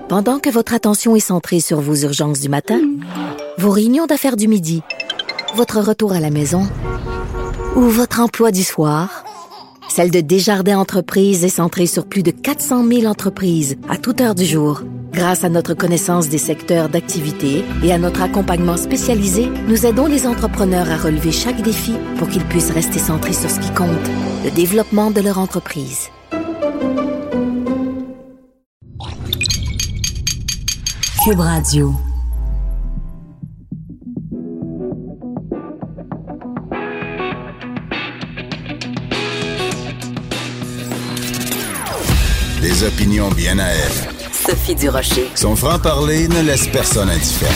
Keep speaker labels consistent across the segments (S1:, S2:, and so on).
S1: Pendant que votre attention est centrée sur vos urgences du matin, vos réunions d'affaires du midi, votre retour à la maison ou votre emploi du soir, celle de Desjardins Entreprises est centrée sur plus de 400 000 entreprises à toute heure du jour. Grâce à notre connaissance des secteurs d'activité et à notre accompagnement spécialisé, nous aidons les entrepreneurs à relever chaque défi pour qu'ils puissent rester centrés sur ce qui compte, le développement de leur entreprise.
S2: Cube Radio.
S3: Des opinions bien à elle.
S2: Sophie Durocher.
S3: Son franc-parler ne laisse personne indifférent.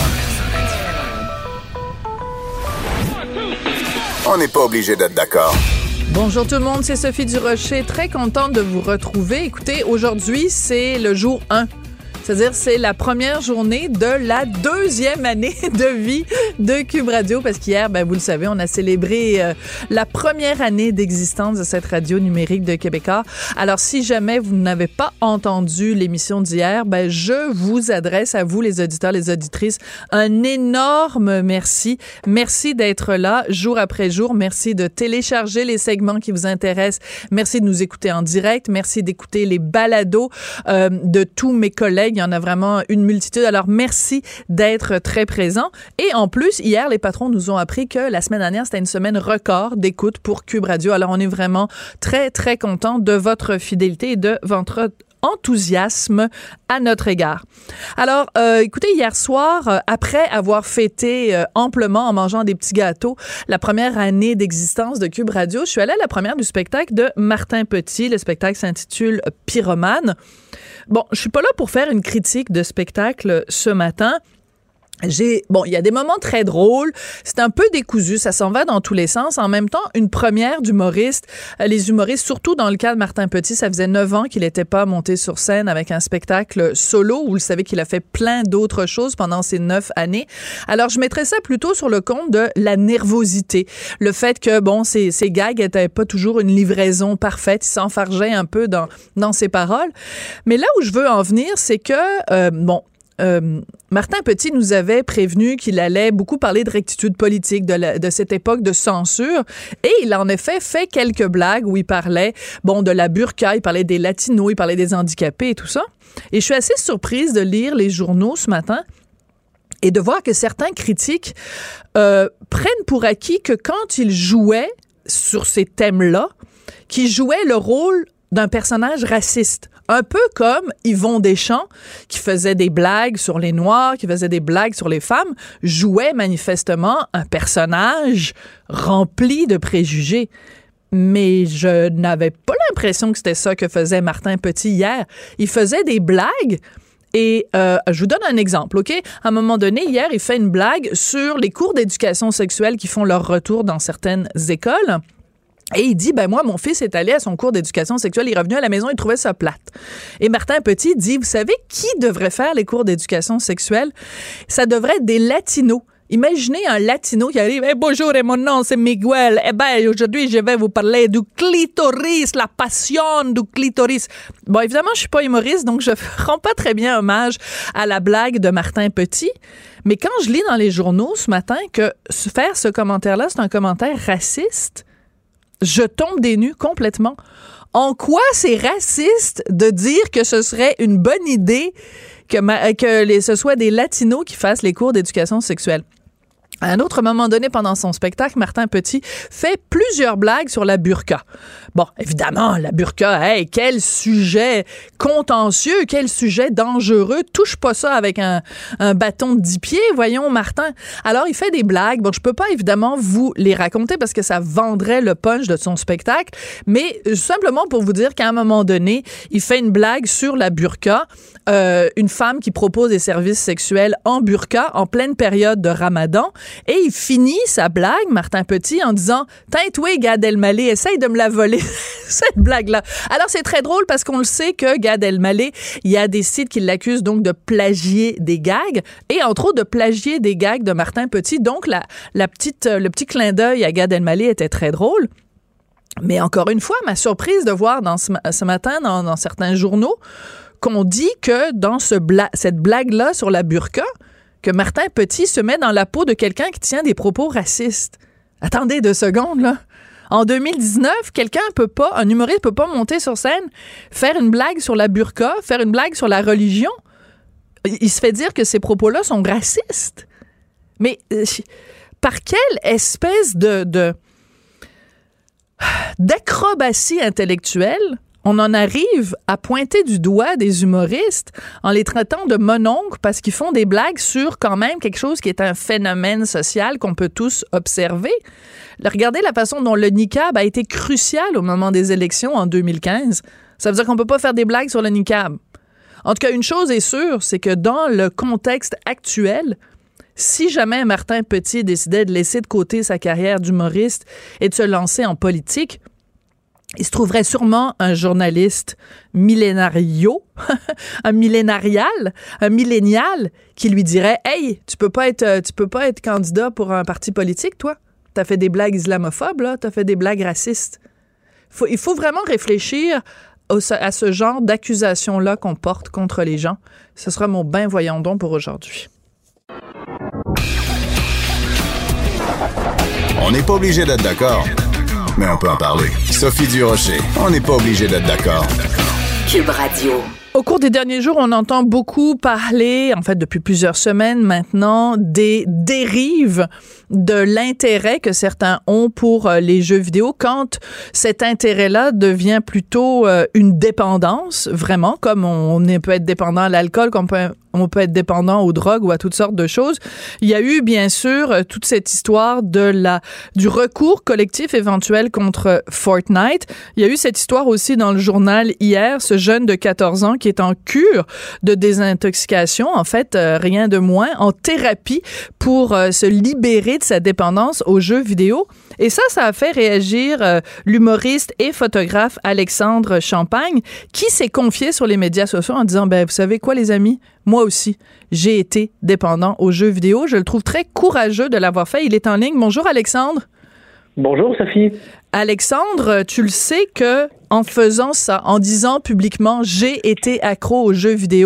S3: On n'est pas obligé d'être d'accord.
S4: Bonjour tout le monde, c'est Sophie Durocher. Très contente de vous retrouver. Écoutez, aujourd'hui, c'est le jour 1. C'est-à-dire, c'est la première journée de la 2e année de vie de Cube Radio, parce qu'hier, vous le savez, on a célébré la première année d'existence de cette radio numérique de Québécois. Alors, si jamais vous n'avez pas entendu l'émission d'hier, je vous adresse à vous, les auditeurs, les auditrices, un énorme merci. Merci d'être là jour après jour. Merci de télécharger les segments qui vous intéressent. Merci de nous écouter en direct. Merci d'écouter les balados de tous mes collègues. Il y en a vraiment une multitude. Alors, merci d'être très présent. Et en plus, hier, les patrons nous ont appris que la semaine dernière, c'était une semaine record d'écoute pour Cube Radio. Alors, on est vraiment très, très contents de votre fidélité et de votre enthousiasme à notre égard. Alors, écoutez, hier soir, après avoir fêté amplement en mangeant des petits gâteaux la première année d'existence de Cube Radio, je suis allée à la première du spectacle de Martin Petit. Le spectacle s'intitule Pyromane. Bon, je suis pas là pour faire une critique de spectacle ce matin. Il y a des moments très drôles, c'est un peu décousu, ça s'en va dans tous les sens. En même temps, une première d'humoriste. Les humoristes, surtout dans le cas de Martin Petit, ça faisait 9 ans qu'il n'était pas monté sur scène avec un spectacle solo. Vous le savez qu'il a fait plein d'autres choses pendant ces 9 années. Alors, je mettrais ça plutôt sur le compte de la nervosité. Le fait que, ces gags n'étaient pas toujours une livraison parfaite. Il s'enfargeait un peu dans ses paroles. Mais là où je veux en venir, c'est que, Martin Petit nous avait prévenu qu'il allait beaucoup parler de rectitude politique, de cette époque de censure, et il en effet fait quelques blagues où il parlait, de la burqa, il parlait des latinos, il parlait des handicapés et tout ça. Et je suis assez surprise de lire les journaux ce matin et de voir que certains critiques prennent pour acquis que quand il jouait sur ces thèmes-là, qu'il jouait le rôle d'un personnage raciste. Un peu comme Yvon Deschamps, qui faisait des blagues sur les Noirs, qui faisait des blagues sur les femmes, jouait manifestement un personnage rempli de préjugés. Mais je n'avais pas l'impression que c'était ça que faisait Martin Petit hier. Il faisait des blagues. Et je vous donne un exemple, OK? À un moment donné, hier, il fait une blague sur les cours d'éducation sexuelle qui font leur retour dans certaines écoles. Et il dit, moi, mon fils est allé à son cours d'éducation sexuelle, il est revenu à la maison, il trouvait ça plate. Et Martin Petit dit, vous savez qui devrait faire les cours d'éducation sexuelle? Ça devrait être des latinos. Imaginez un latino qui arrive, bonjour, mon nom c'est Miguel. Aujourd'hui, je vais vous parler du clitoris, la passion du clitoris. Bon, évidemment, je suis pas humoriste, donc je rends pas très bien hommage à la blague de Martin Petit. Mais quand je lis dans les journaux ce matin que faire ce commentaire-là, c'est un commentaire raciste, je tombe des nues complètement. En quoi c'est raciste de dire que ce serait une bonne idée que ce soit des latinos qui fassent les cours d'éducation sexuelle? À un autre moment donné, pendant son spectacle, Martin Petit fait plusieurs blagues sur la burqa. Bon, évidemment, la burqa, quel sujet contentieux, quel sujet dangereux. Touche pas ça avec un bâton de 10 pieds, voyons, Martin. Alors, il fait des blagues. Bon, je peux pas, évidemment, vous les raconter parce que ça vendrait le punch de son spectacle, mais simplement pour vous dire qu'à un moment donné, il fait une blague sur la burqa, une femme qui propose des services sexuels en burqa en pleine période de Ramadan. Et il finit sa blague, Martin Petit, en disant « Toi, Gad Elmaleh, essaye de me la voler, cette blague-là. » Alors, c'est très drôle parce qu'on le sait que Gad Elmaleh, il y a des sites qui l'accusent donc de plagier des gags et entre autres de plagier des gags de Martin Petit. Donc, le petit clin d'œil à Gad Elmaleh était très drôle. Mais encore une fois, ma surprise de voir ce matin dans certains journaux qu'on dit que dans cette blague-là sur la burqa, que Martin Petit se met dans la peau de quelqu'un qui tient des propos racistes. Attendez 2 secondes, là. En 2019, un humoriste peut pas monter sur scène, faire une blague sur la burqa, faire une blague sur la religion. Il se fait dire que ces propos-là sont racistes. Mais par quelle espèce d'acrobatie intellectuelle on en arrive à pointer du doigt des humoristes en les traitant de mononcles parce qu'ils font des blagues sur quand même quelque chose qui est un phénomène social qu'on peut tous observer. Regardez la façon dont le niqab a été crucial au moment des élections en 2015. Ça veut dire qu'on peut pas faire des blagues sur le niqab. En tout cas, une chose est sûre, c'est que dans le contexte actuel, si jamais Martin Petit décidait de laisser de côté sa carrière d'humoriste et de se lancer en politique, il se trouverait sûrement un journaliste millénario, un millénial, qui lui dirait « Hey, tu peux pas être candidat pour un parti politique, toi. T'as fait des blagues islamophobes, là. T'as fait des blagues racistes. » Il faut vraiment réfléchir à ce genre d'accusation-là qu'on porte contre les gens. Ce sera mon ben voyons donc pour aujourd'hui.
S3: On n'est pas obligé d'être d'accord, mais on peut en parler. Sophie Durocher, on n'est pas obligé d'être d'accord.
S2: Cube Radio.
S4: Au cours des derniers jours, on entend beaucoup parler, en fait depuis plusieurs semaines maintenant, des dérives de l'intérêt que certains ont pour les jeux vidéo quand cet intérêt-là devient plutôt une dépendance, vraiment, comme on peut être dépendant à l'alcool, comme on peut être dépendant aux drogues ou à toutes sortes de choses. Il y a eu, bien sûr, toute cette histoire du recours collectif éventuel contre Fortnite. Il y a eu cette histoire aussi dans le journal hier, ce jeune de 14 ans qui est en cure de désintoxication, en fait, rien de moins, en thérapie pour se libérer de sa dépendance aux jeux vidéo. Et ça a fait réagir l'humoriste et photographe Alexandre Champagne, qui s'est confié sur les médias sociaux en disant, vous savez quoi, les amis? Moi aussi, j'ai été dépendant aux jeux vidéo. Je le trouve très courageux de l'avoir fait. Il est en ligne. Bonjour, Alexandre.
S5: Bonjour, Sophie.
S4: Alexandre, tu le sais que en faisant ça, en disant publiquement « j'ai été accro aux jeux vidéo »,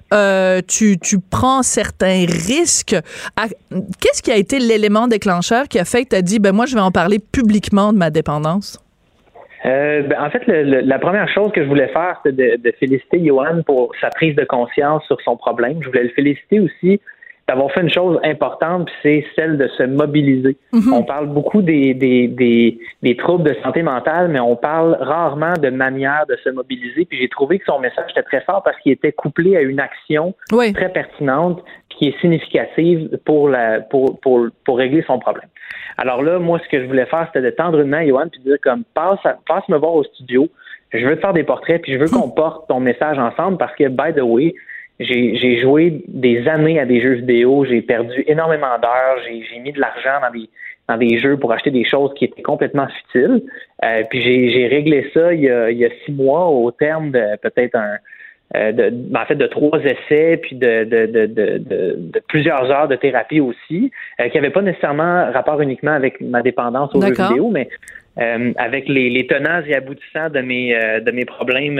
S4: tu prends certains risques. Qu'est-ce qui a été l'élément déclencheur qui a fait que tu as dit « moi, je vais en parler publiquement de ma dépendance » ?
S5: En fait, la première chose que je voulais faire, c'était de féliciter Johan pour sa prise de conscience sur son problème. Je voulais le féliciter aussi d'avoir fait une chose importante, puis c'est celle de se mobiliser. Mm-hmm. On parle beaucoup des troubles de santé mentale, mais on parle rarement de manière de se mobiliser. Puis j'ai trouvé que son message était très fort parce qu'il était couplé à une action très pertinente qui est significative pour régler son problème. Alors là, moi, ce que je voulais faire, c'était de tendre une main à Johan puis de dire comme passe me voir au studio, je veux te faire des portraits, puis je veux qu'on porte ton message ensemble parce que, by the way, j'ai joué des années à des jeux vidéo, j'ai perdu énormément d'heures, j'ai mis de l'argent dans des jeux pour acheter des choses qui étaient complètement futiles. Puis j'ai réglé ça il y a 6 mois au terme de peut-être de 3 essais puis de plusieurs heures de thérapie aussi, qui n'avaient pas nécessairement rapport uniquement avec ma dépendance aux jeux vidéo, mais avec les tenants et aboutissants de mes problèmes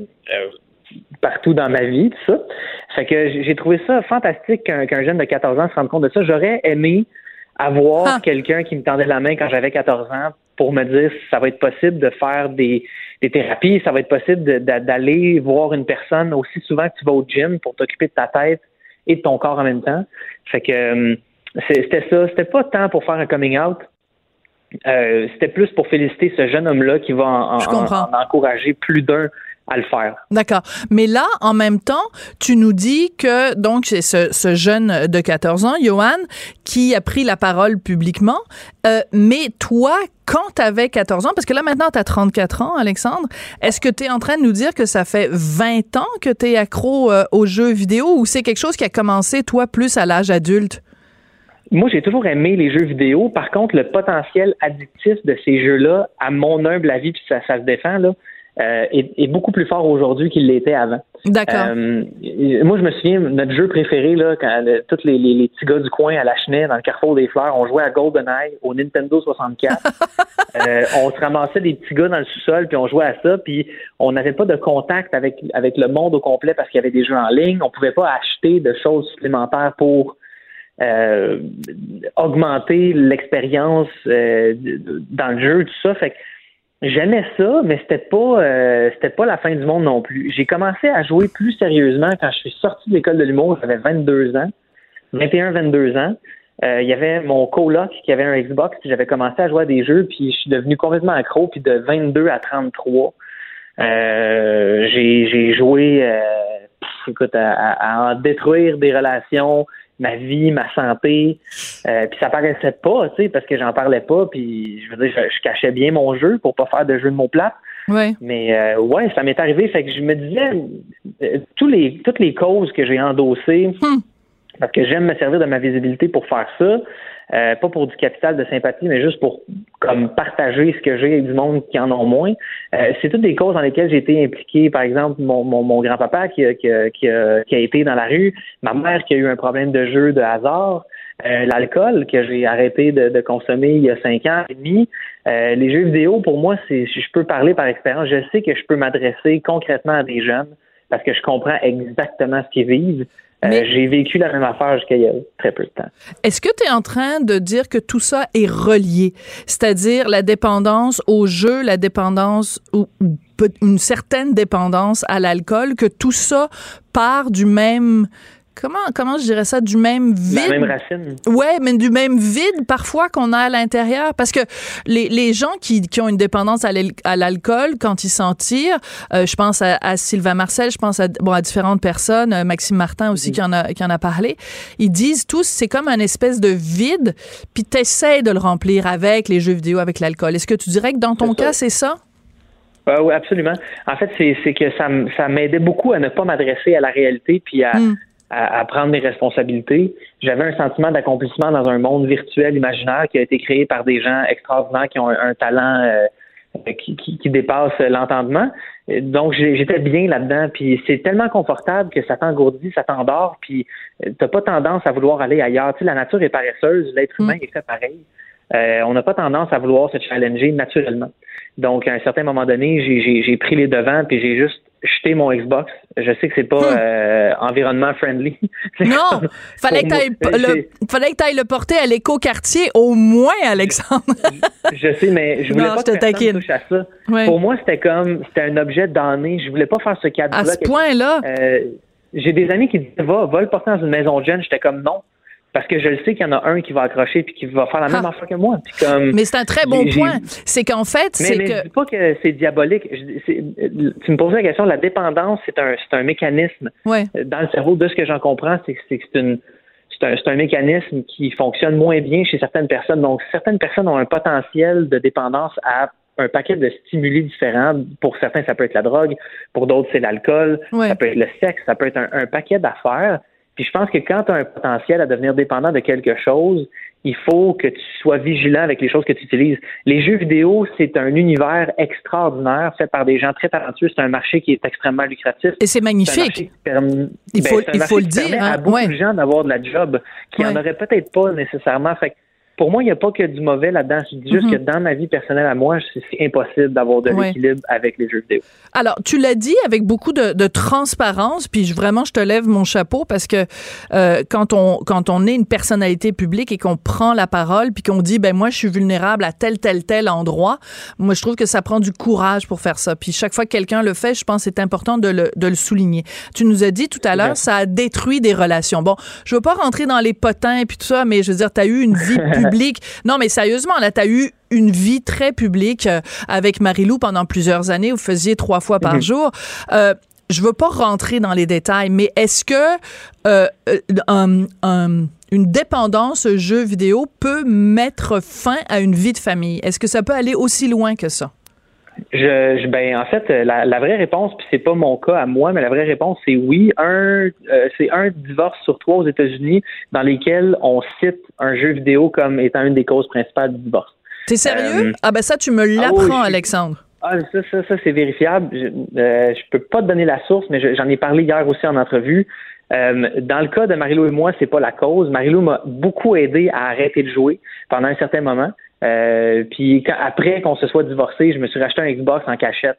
S5: partout dans ma vie, tout ça. Fait que j'ai trouvé ça fantastique qu'un jeune de 14 ans se rende compte de ça. J'aurais aimé avoir quelqu'un qui me tendait la main quand j'avais 14 ans pour me dire ça va être possible de faire des thérapies, ça va être possible d'aller voir une personne aussi souvent que tu vas au gym pour t'occuper de ta tête et de ton corps en même temps. Fait que c'était ça. C'était pas tant pour faire un coming out. C'était plus pour féliciter ce jeune homme-là qui va en encourager plus d'un à le faire. D'accord.
S4: Mais là, en même temps, tu nous dis que, donc, c'est ce jeune de 14 ans, Johan, qui a pris la parole publiquement, mais toi, quand tu avais 14 ans, parce que là, maintenant, tu as 34 ans, Alexandre, est-ce que tu es en train de nous dire que ça fait 20 ans que tu es accro aux jeux vidéo ou c'est quelque chose qui a commencé, toi, plus à l'âge adulte?
S5: Moi, j'ai toujours aimé les jeux vidéo. Par contre, le potentiel addictif de ces jeux-là, à mon humble avis, puis ça se défend, là, est beaucoup plus fort aujourd'hui qu'il l'était avant.
S4: D'accord.
S5: Moi, je me souviens, notre jeu préféré, là, quand tous les petits gars du coin à la Chenet, dans le Carrefour des Fleurs, on jouait à GoldenEye au Nintendo 64. On se ramassait des petits gars dans le sous-sol, puis on jouait à ça, puis on n'avait pas de contact avec le monde au complet parce qu'il y avait des jeux en ligne. On pouvait pas acheter de choses supplémentaires pour augmenter l'expérience dans le jeu, tout ça. Fait que j'aimais ça, mais c'était pas la fin du monde non plus. J'ai commencé à jouer plus sérieusement quand je suis sorti de l'école de l'humour. J'avais 22 ans. Il y avait mon coloc qui avait un Xbox, puis j'avais commencé à jouer à des jeux, puis je suis devenu complètement accro, puis de 22 à 33, j'ai joué à en détruire des relations, ma vie, ma santé, puis ça paraissait pas, tu sais, parce que j'en parlais pas, puis je veux dire, je cachais bien mon jeu pour pas faire de jeu de mots plates.
S4: Ouais.
S5: Mais ça m'est arrivé, fait que je me disais, toutes les causes que j'ai endossées, parce que j'aime me servir de ma visibilité pour faire ça, pas pour du capital de sympathie, mais juste pour comme partager ce que j'ai avec du monde qui en ont moins. C'est toutes des causes dans lesquelles j'ai été impliqué. Par exemple, mon grand-papa qui a été dans la rue, ma mère qui a eu un problème de jeu de hasard, l'alcool que j'ai arrêté de consommer il y a 5 ans et demi. Les jeux vidéo, pour moi, je peux parler par expérience. Je sais que je peux m'adresser concrètement à des jeunes parce que je comprends exactement ce qu'ils vivent. J'ai vécu la même affaire jusqu'à il y a très peu de temps.
S4: Est-ce que tu es en train de dire que tout ça est relié? C'est-à-dire la dépendance au jeu, la dépendance ou une certaine dépendance à l'alcool, que tout ça part du même... Comment je dirais ça? Du même vide?
S5: La même racine.
S4: Ouais, mais du même vide parfois qu'on a à l'intérieur. Parce que les gens qui ont une dépendance à l'alcool, quand ils s'en tirent, je pense à Sylvain Marcel, je pense à différentes personnes, Maxime Martin aussi qui en a parlé, ils disent tous, c'est comme un espèce de vide, puis t'essaies de le remplir avec les jeux vidéo, avec l'alcool. Est-ce que tu dirais que dans ton cas, c'est ça?
S5: Oui, absolument. En fait, c'est que ça m'aidait beaucoup à ne pas m'adresser à la réalité, puis à prendre mes responsabilités. J'avais un sentiment d'accomplissement dans un monde virtuel imaginaire qui a été créé par des gens extraordinaires qui ont un talent qui dépasse l'entendement. Donc, j'étais bien là-dedans. Puis c'est tellement confortable que ça t'engourdit, ça t'endort, puis t'as pas tendance à vouloir aller ailleurs. Tu sais, la nature est paresseuse, l'être humain est fait pareil. On n'a pas tendance à vouloir se challenger naturellement. Donc, à un certain moment donné, j'ai pris les devants, puis j'ai juste jeté mon Xbox. Je sais que c'est pas environnement friendly.
S4: Non, fallait que t'ailles le porter à l'éco-quartier au moins, Alexandre.
S5: Je sais, mais je voulais pas que personne touche à ça. Ouais. Pour moi, c'était un objet damné. Je voulais pas faire ce cadeau-là.
S4: À ce point-là?
S5: J'ai des amis qui disaient, va le porter dans une maison de jeunes. J'étais comme non. Parce que je le sais qu'il y en a un qui va accrocher puis qui va faire la même affaire que moi. Puis
S4: mais c'est un très bon point. C'est qu'en fait,
S5: mais je dis pas que c'est diabolique. Tu me posais la question, la dépendance, c'est un mécanisme.
S4: Ouais.
S5: Dans le cerveau, de ce que j'en comprends, c'est un mécanisme qui fonctionne moins bien chez certaines personnes. Donc, certaines personnes ont un potentiel de dépendance à un paquet de stimuli différents. Pour certains, ça peut être la drogue. Pour d'autres, c'est l'alcool. Ouais. Ça peut être le sexe. Ça peut être un paquet d'affaires. Puis je pense que quand tu as un potentiel à devenir dépendant de quelque chose, il faut que tu sois vigilant avec les choses que tu utilises. Les jeux vidéo, c'est un univers extraordinaire fait par des gens très talentueux. C'est un marché qui est extrêmement lucratif.
S4: Et c'est magnifique. Il faut le dire.
S5: Ça permet à beaucoup de gens d'avoir de la job qui en auraient peut-être pas nécessairement. Fait que pour moi, il n'y a pas que du mauvais là-dedans. Je dis juste que dans ma vie personnelle à moi, c'est impossible d'avoir de l'équilibre avec les jeux vidéo.
S4: Alors, tu l'as dit avec beaucoup de transparence, puis vraiment, je te lève mon chapeau parce que quand on est une personnalité publique et qu'on prend la parole, puis qu'on dit, ben moi, je suis vulnérable à tel endroit, moi, je trouve que ça prend du courage pour faire ça. Puis chaque fois que quelqu'un le fait, je pense que c'est important de le souligner. Tu nous as dit tout à l'heure, ça a détruit des relations. Bon, je veux pas rentrer dans les potins et puis tout ça, mais je veux dire, tu as eu une vie publique. Non, mais sérieusement, là, tu as eu une vie très publique avec Marie-Lou pendant plusieurs années. Vous faisiez 3 fois par jour. Je veux pas rentrer dans les détails, mais est-ce que une dépendance aux jeux vidéo peut mettre fin à une vie de famille? Est-ce que ça peut aller aussi loin que ça?
S5: En fait, la vraie réponse, puis c'est pas mon cas à moi, mais la vraie réponse, c'est oui. C'est un divorce sur 3 aux États-Unis dans lesquels on cite un jeu vidéo comme étant une des causes principales du divorce.
S4: T'es sérieux? Ah ben ça, tu me l'apprends, Alexandre.
S5: Ah, ça, c'est vérifiable. Je peux pas te donner la source, mais j'en ai parlé hier aussi en entrevue. Dans le cas de Marie-Lou et moi, c'est pas la cause. Marie-Lou m'a beaucoup aidé à arrêter de jouer pendant un certain moment. Puis après qu'on se soit divorcé, je me suis racheté un Xbox en cachette.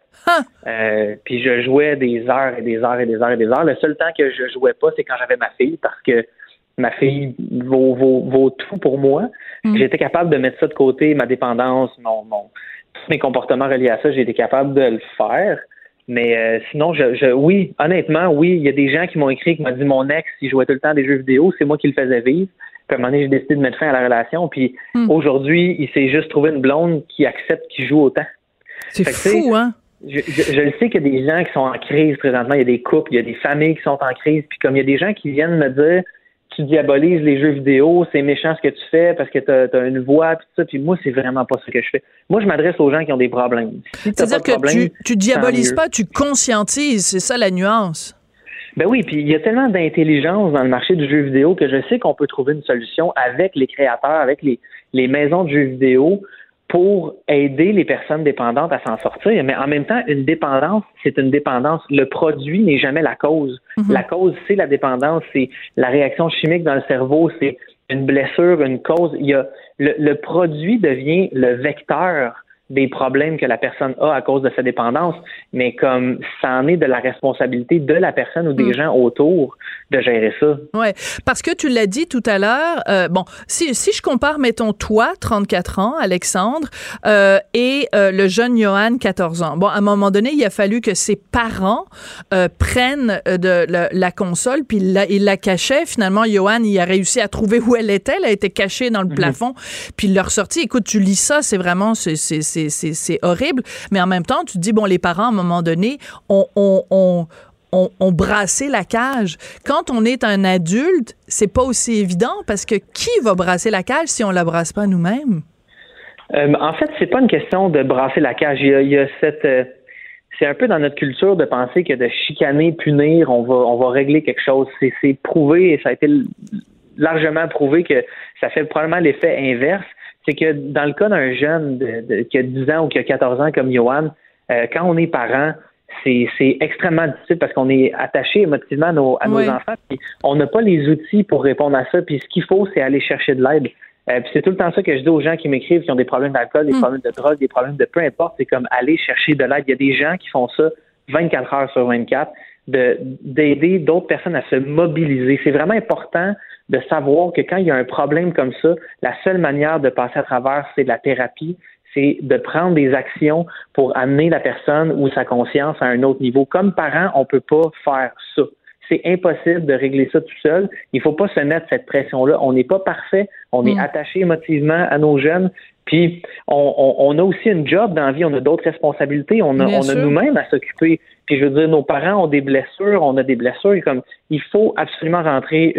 S5: Puis je jouais des heures et des heures et des heures et des heures. Le seul temps que je jouais pas, c'est quand j'avais ma fille, parce que ma fille vaut tout pour moi. J'étais capable de mettre ça de côté, ma dépendance, tous mes comportements reliés à ça, j'ai été capable de le faire. Mais sinon, oui, honnêtement, oui, il y a des gens qui m'ont écrit, qui m'ont dit mon ex, il jouait tout le temps des jeux vidéo, c'est moi qui le faisais vivre. Puis à un moment donné, j'ai décidé de mettre fin à la relation. Puis aujourd'hui, il s'est juste trouvé une blonde qui accepte qu'il joue autant.
S4: C'est fou, hein?
S5: Je le sais qu'il y a des gens qui sont en crise présentement. Il y a des couples, il y a des familles qui sont en crise. Puis comme il y a des gens qui viennent me dire tu diabolises les jeux vidéo, c'est méchant ce que tu fais parce que t'as une voix, puis tout ça. Puis moi, c'est vraiment pas ce que je fais. Moi, je m'adresse aux gens qui ont des problèmes. Si
S4: c'est-à-dire que tu diabolises pas, tu conscientises. C'est ça la nuance.
S5: Ben oui, puis il y a tellement d'intelligence dans le marché du jeu vidéo que je sais qu'on peut trouver une solution avec les créateurs, avec les maisons de jeux vidéo pour aider les personnes dépendantes à s'en sortir. Mais en même temps, une dépendance, c'est une dépendance. Le produit n'est jamais la cause. La cause, c'est la dépendance, c'est la réaction chimique dans le cerveau, c'est une blessure, une cause. Le produit devient le vecteur des problèmes que la personne a à cause de sa dépendance, mais comme ça en est de la responsabilité de la personne ou des gens autour de gérer ça.
S4: Ouais, parce que tu l'as dit tout à l'heure, bon, si je compare, mettons, toi, 34 ans, Alexandre, et le jeune Johan, 14 ans. Bon, à un moment donné, il a fallu que ses parents prennent la console, puis il la cachait. Finalement, Johan, il a réussi à trouver où elle était. Elle a été cachée dans le plafond, puis il l'a ressortie. Écoute, tu lis ça, c'est vraiment, c'est horrible, mais en même temps, tu te dis, bon, les parents, à un moment donné, ont brassé la cage. Quand on est un adulte, c'est pas aussi évident, parce que qui va brasser la cage si on la brasse pas nous-mêmes?
S5: En fait, c'est pas une question de brasser la cage. Il y a cette... c'est un peu dans notre culture de penser que de chicaner, punir, on va régler quelque chose. C'est prouvé, et ça a été largement prouvé que ça fait probablement l'effet inverse. C'est que dans le cas d'un jeune qui a 10 ans ou qui a 14 ans comme Johan, quand on est parent, c'est extrêmement difficile parce qu'on est attaché émotivement à nos enfants. Puis on n'a pas les outils pour répondre à ça. Puis ce qu'il faut, c'est aller chercher de l'aide. Puis c'est tout le temps ça que je dis aux gens qui m'écrivent, qui ont des problèmes d'alcool, des problèmes de drogue, des problèmes de peu importe. C'est comme aller chercher de l'aide. Il y a des gens qui font ça 24 heures sur 24, d'aider d'autres personnes à se mobiliser. C'est vraiment important de savoir que quand il y a un problème comme ça, la seule manière de passer à travers, c'est de la thérapie, c'est de prendre des actions pour amener la personne ou sa conscience à un autre niveau. Comme parent, on peut pas faire ça. C'est impossible de régler ça tout seul. Il faut pas se mettre cette pression-là. On n'est pas parfait. On est attaché émotivement à nos jeunes. Puis, on a aussi une job dans la vie. On a d'autres responsabilités. On a nous-mêmes à s'occuper. Puis, je veux dire, nos parents ont des blessures. On a des blessures. Et comme, il faut absolument rentrer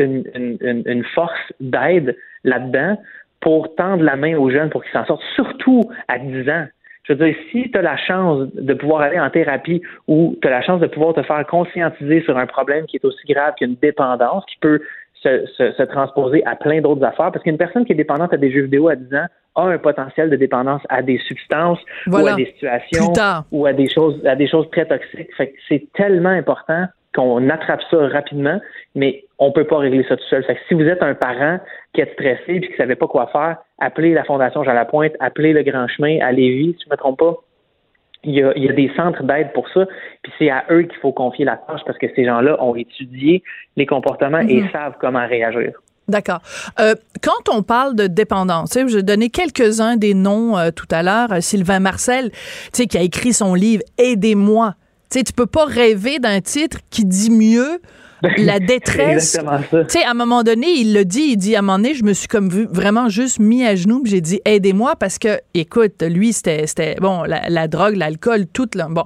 S5: une force d'aide là-dedans pour tendre la main aux jeunes pour qu'ils s'en sortent, surtout à 10 ans. Je veux dire, si tu as la chance de pouvoir aller en thérapie ou tu as la chance de pouvoir te faire conscientiser sur un problème qui est aussi grave qu'une dépendance, qui peut se transposer à plein d'autres affaires, parce qu'une personne qui est dépendante à des jeux vidéo à 10 ans a un potentiel de dépendance à des substances ou à des situations ou à des choses très toxiques. Fait que c'est tellement important qu'on attrape ça rapidement, mais on peut pas régler ça tout seul. Fait que si vous êtes un parent qui est stressé et qui savait pas quoi faire, appelez la Fondation Jean Lapointe, appelez le Grand Chemin à Lévis, si je me trompe pas. Il y a des centres d'aide pour ça, puis c'est à eux qu'il faut confier la tâche parce que ces gens-là ont étudié les comportements et savent comment réagir.
S4: D'accord. Quand on parle de dépendance, je vais donner quelques-uns des noms tout à l'heure. Sylvain Marcel, qui a écrit son livre « Aidez-moi ». Tu peux pas rêver d'un titre qui dit mieux la détresse.
S5: C'est exactement ça.
S4: À un moment donné, il le dit, à un moment donné, je me suis comme vraiment juste mis à genoux, puis j'ai dit aidez-moi parce que, écoute, lui, c'était bon, la drogue, l'alcool, tout là. Bon,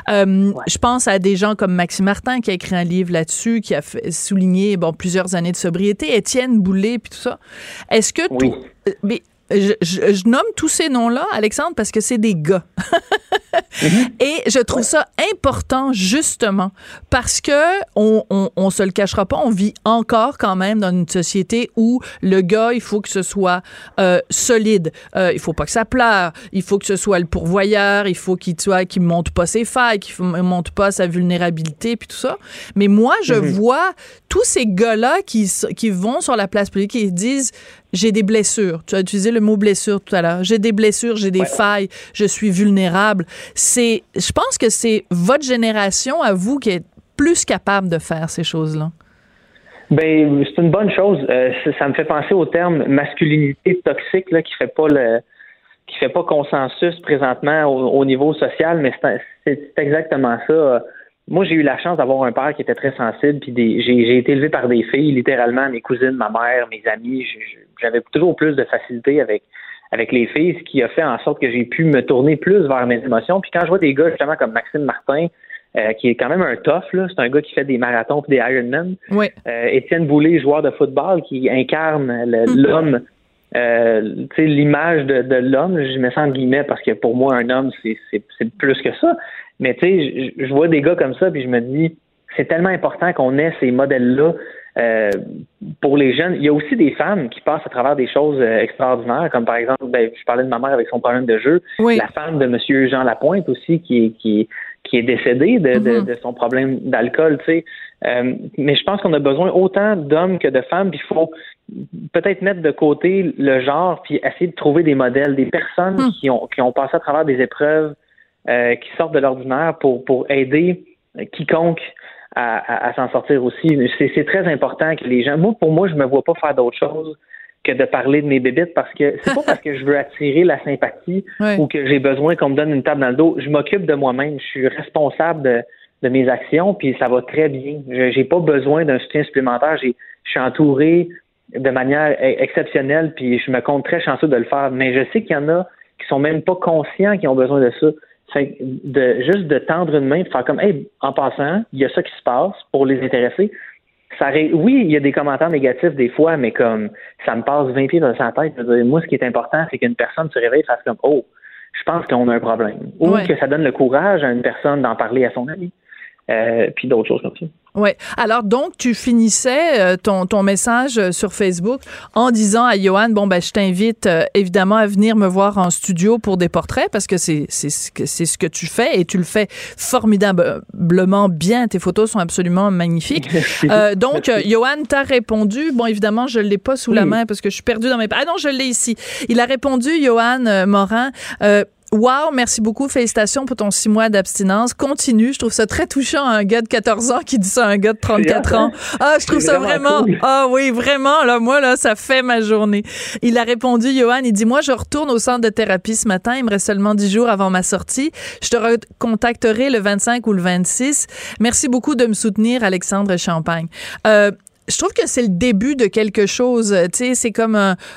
S4: je pense à des gens comme Maxime Martin qui a écrit un livre là-dessus, qui a souligné plusieurs années de sobriété, Étienne Boulay, puis tout ça. Est-ce que je nomme tous ces noms-là, Alexandre, parce que c'est des gars. Et je trouve ça important, justement, parce que on se le cachera pas, on vit encore quand même dans une société où le gars, il faut que ce soit solide. Il faut pas que ça pleure. Il faut que ce soit le pourvoyeur. Il faut qu'il monte pas ses failles, qu'il monte pas sa vulnérabilité, puis tout ça. Mais moi, je vois tous ces gars-là qui vont sur la place publique et disent j'ai des blessures. Tu as utilisé le mot blessure tout à l'heure. J'ai des blessures, j'ai des failles, je suis vulnérable. Je pense que c'est votre génération à vous qui est plus capable de faire ces choses-là.
S5: Ben, c'est une bonne chose. Ça me fait penser au terme masculinité toxique là, qui fait pas consensus présentement au niveau social, mais c'est exactement ça. Moi, j'ai eu la chance d'avoir un père qui était très sensible, puis j'ai été élevé par des filles, littéralement, mes cousines, ma mère, mes amis. J'avais toujours plus de facilité avec les filles, ce qui a fait en sorte que j'ai pu me tourner plus vers mes émotions. Puis quand je vois des gars, justement, comme Maxime Martin, qui est quand même un tough, là, c'est un gars qui fait des marathons et des Ironman. Oui. Étienne Boulay, joueur de football, qui incarne l'homme, tu sais, l'image de l'homme, je mets ça en guillemets, parce que pour moi, un homme, c'est plus que ça. Mais tu sais, je vois des gars comme ça, puis je me dis, c'est tellement important qu'on ait ces modèles-là pour les jeunes. Il y a aussi des femmes qui passent à travers des choses extraordinaires, comme par exemple, je parlais de ma mère avec son problème de jeu, la femme de Monsieur Jean Lapointe aussi, qui est décédée de son problème d'alcool, tu sais. Mais je pense qu'on a besoin autant d'hommes que de femmes, puis il faut peut-être mettre de côté le genre, puis essayer de trouver des modèles, des personnes qui ont passé à travers des épreuves qui sortent de l'ordinaire pour aider quiconque à s'en sortir aussi. C'est très important que les gens... Pour moi, je me vois pas faire d'autre chose que de parler de mes bébites, parce que c'est pas parce que je veux attirer la sympathie ou que j'ai besoin qu'on me donne une table dans le dos. Je m'occupe de moi-même. Je suis responsable de mes actions, puis ça va très bien. J'ai pas besoin d'un soutien supplémentaire. Je suis entouré de manière exceptionnelle, puis je me compte très chanceux de le faire. Mais je sais qu'il y en a qui sont même pas conscients qu'ils ont besoin de ça. Fait juste de tendre une main, de faire comme, hey, en passant, il y a ça qui se passe pour les intéresser. Oui, il y a des commentaires négatifs des fois, mais comme ça me passe 20 pieds dans sa tête. Moi, ce qui est important, c'est qu'une personne se réveille et fasse comme, oh, je pense qu'on a un problème. Ou que ça donne le courage à une personne d'en parler à son ami. Puis d'autres choses comme ça.
S4: Oui. Alors, donc, tu finissais ton message sur Facebook en disant à Yoann, je t'invite évidemment à venir me voir en studio pour des portraits, parce que c'est ce que tu fais, et tu le fais formidablement bien. Tes photos sont absolument magnifiques. Donc, Yoann t'a répondu. Bon, évidemment, je ne l'ai pas sous la main parce que je suis perdue dans mes... Ah non, je l'ai ici. Il a répondu, Yoann Morin, wow, merci beaucoup. Félicitations pour ton 6 mois d'abstinence. Continue. Je trouve ça très touchant, un gars de 14 ans qui dit ça à un gars de 34 ans. Ah, je trouve ça vraiment cool. Ah oui, vraiment. Là, moi, là, ça fait ma journée. Il a répondu, Yoann, il dit, moi, je retourne au centre de thérapie ce matin. Il me reste seulement 10 jours avant ma sortie. Je te recontacterai le 25 ou le 26. Merci beaucoup de me soutenir, Alexandre Champagne. Je trouve que c'est le début de quelque chose. Tu sais, c'est comme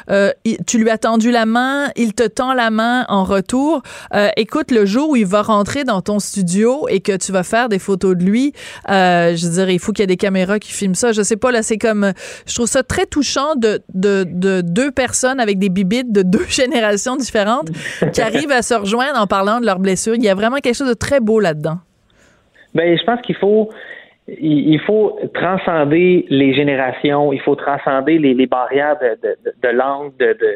S4: tu lui as tendu la main, il te tend la main en retour. Écoute, le jour où il va rentrer dans ton studio et que tu vas faire des photos de lui, je veux dire, il faut qu'il y ait des caméras qui filment ça. Je sais pas, là, c'est comme... Je trouve ça très touchant de deux personnes avec des bibites de deux générations différentes qui arrivent à se rejoindre en parlant de leurs blessures. Il y a vraiment quelque chose de très beau là-dedans.
S5: Ben, je pense qu'il faut transcender les générations, il faut transcender les barrières de langue,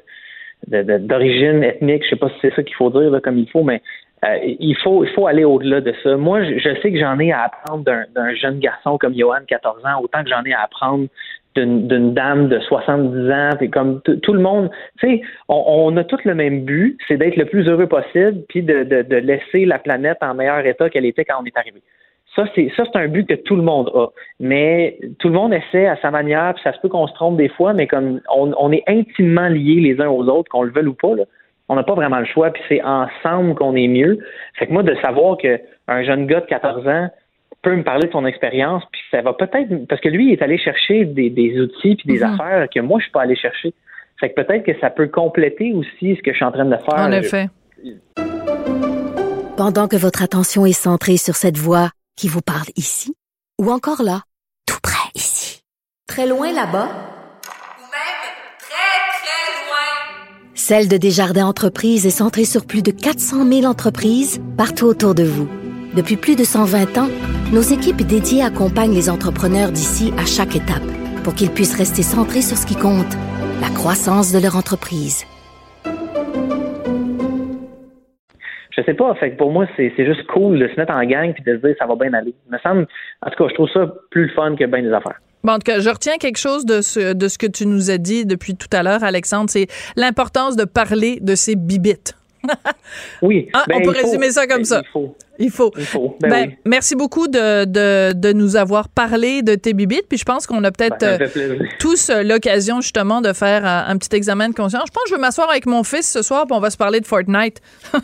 S5: d'origine ethnique. Je sais pas si c'est ça qu'il faut dire là, comme il faut, mais il faut aller au-delà de ça. Moi, je sais que j'en ai à apprendre d'un jeune garçon comme Yoann, 14 ans, autant que j'en ai à apprendre d'une dame de 70 ans. C'est comme tout le monde, tu sais, on a tous le même but, c'est d'être le plus heureux possible, puis de laisser la planète en meilleur état qu'elle était quand on est arrivé. Ça, c'est un but que tout le monde a. Mais tout le monde essaie à sa manière, puis ça se peut qu'on se trompe des fois, mais comme on est intimement liés les uns aux autres, qu'on le veuille ou pas, là, on n'a pas vraiment le choix, puis c'est ensemble qu'on est mieux. Fait que moi, de savoir qu'un jeune gars de 14 ans peut me parler de son expérience, puis ça va peut-être... Parce que lui, il est allé chercher des outils puis des affaires que moi, je suis pas allé chercher. Fait que peut-être que ça peut compléter aussi ce que je suis en train de faire.
S4: En effet.
S1: Pendant que votre attention est centrée sur cette voix qui vous parle ici, ou encore là, tout près ici, très loin là-bas,
S2: ou même très, très loin.
S1: Celle de Desjardins Entreprises est centrée sur plus de 400 000 entreprises partout autour de vous. Depuis plus de 120 ans, nos équipes dédiées accompagnent les entrepreneurs d'ici à chaque étape pour qu'ils puissent rester centrés sur ce qui compte, la croissance de leur entreprise.
S5: Je sais pas, fait que pour moi, c'est juste cool de se mettre en gang puis de se dire ça va bien aller. Il me semble, en tout cas, je trouve ça plus le fun que bien des affaires.
S4: Bon, en tout cas, je retiens quelque chose de ce que tu nous as dit depuis tout à l'heure, Alexandre, c'est l'importance de parler de ces bibites.
S5: Oui.
S4: On peut résumer ça comme ça. Il faut. Oui. Merci beaucoup de nous avoir parlé de tes bibites. Puis je pense qu'on a peut-être tous l'occasion justement de faire un petit examen de conscience. Je pense que je vais m'asseoir avec mon fils ce soir puis on va se parler de Fortnite.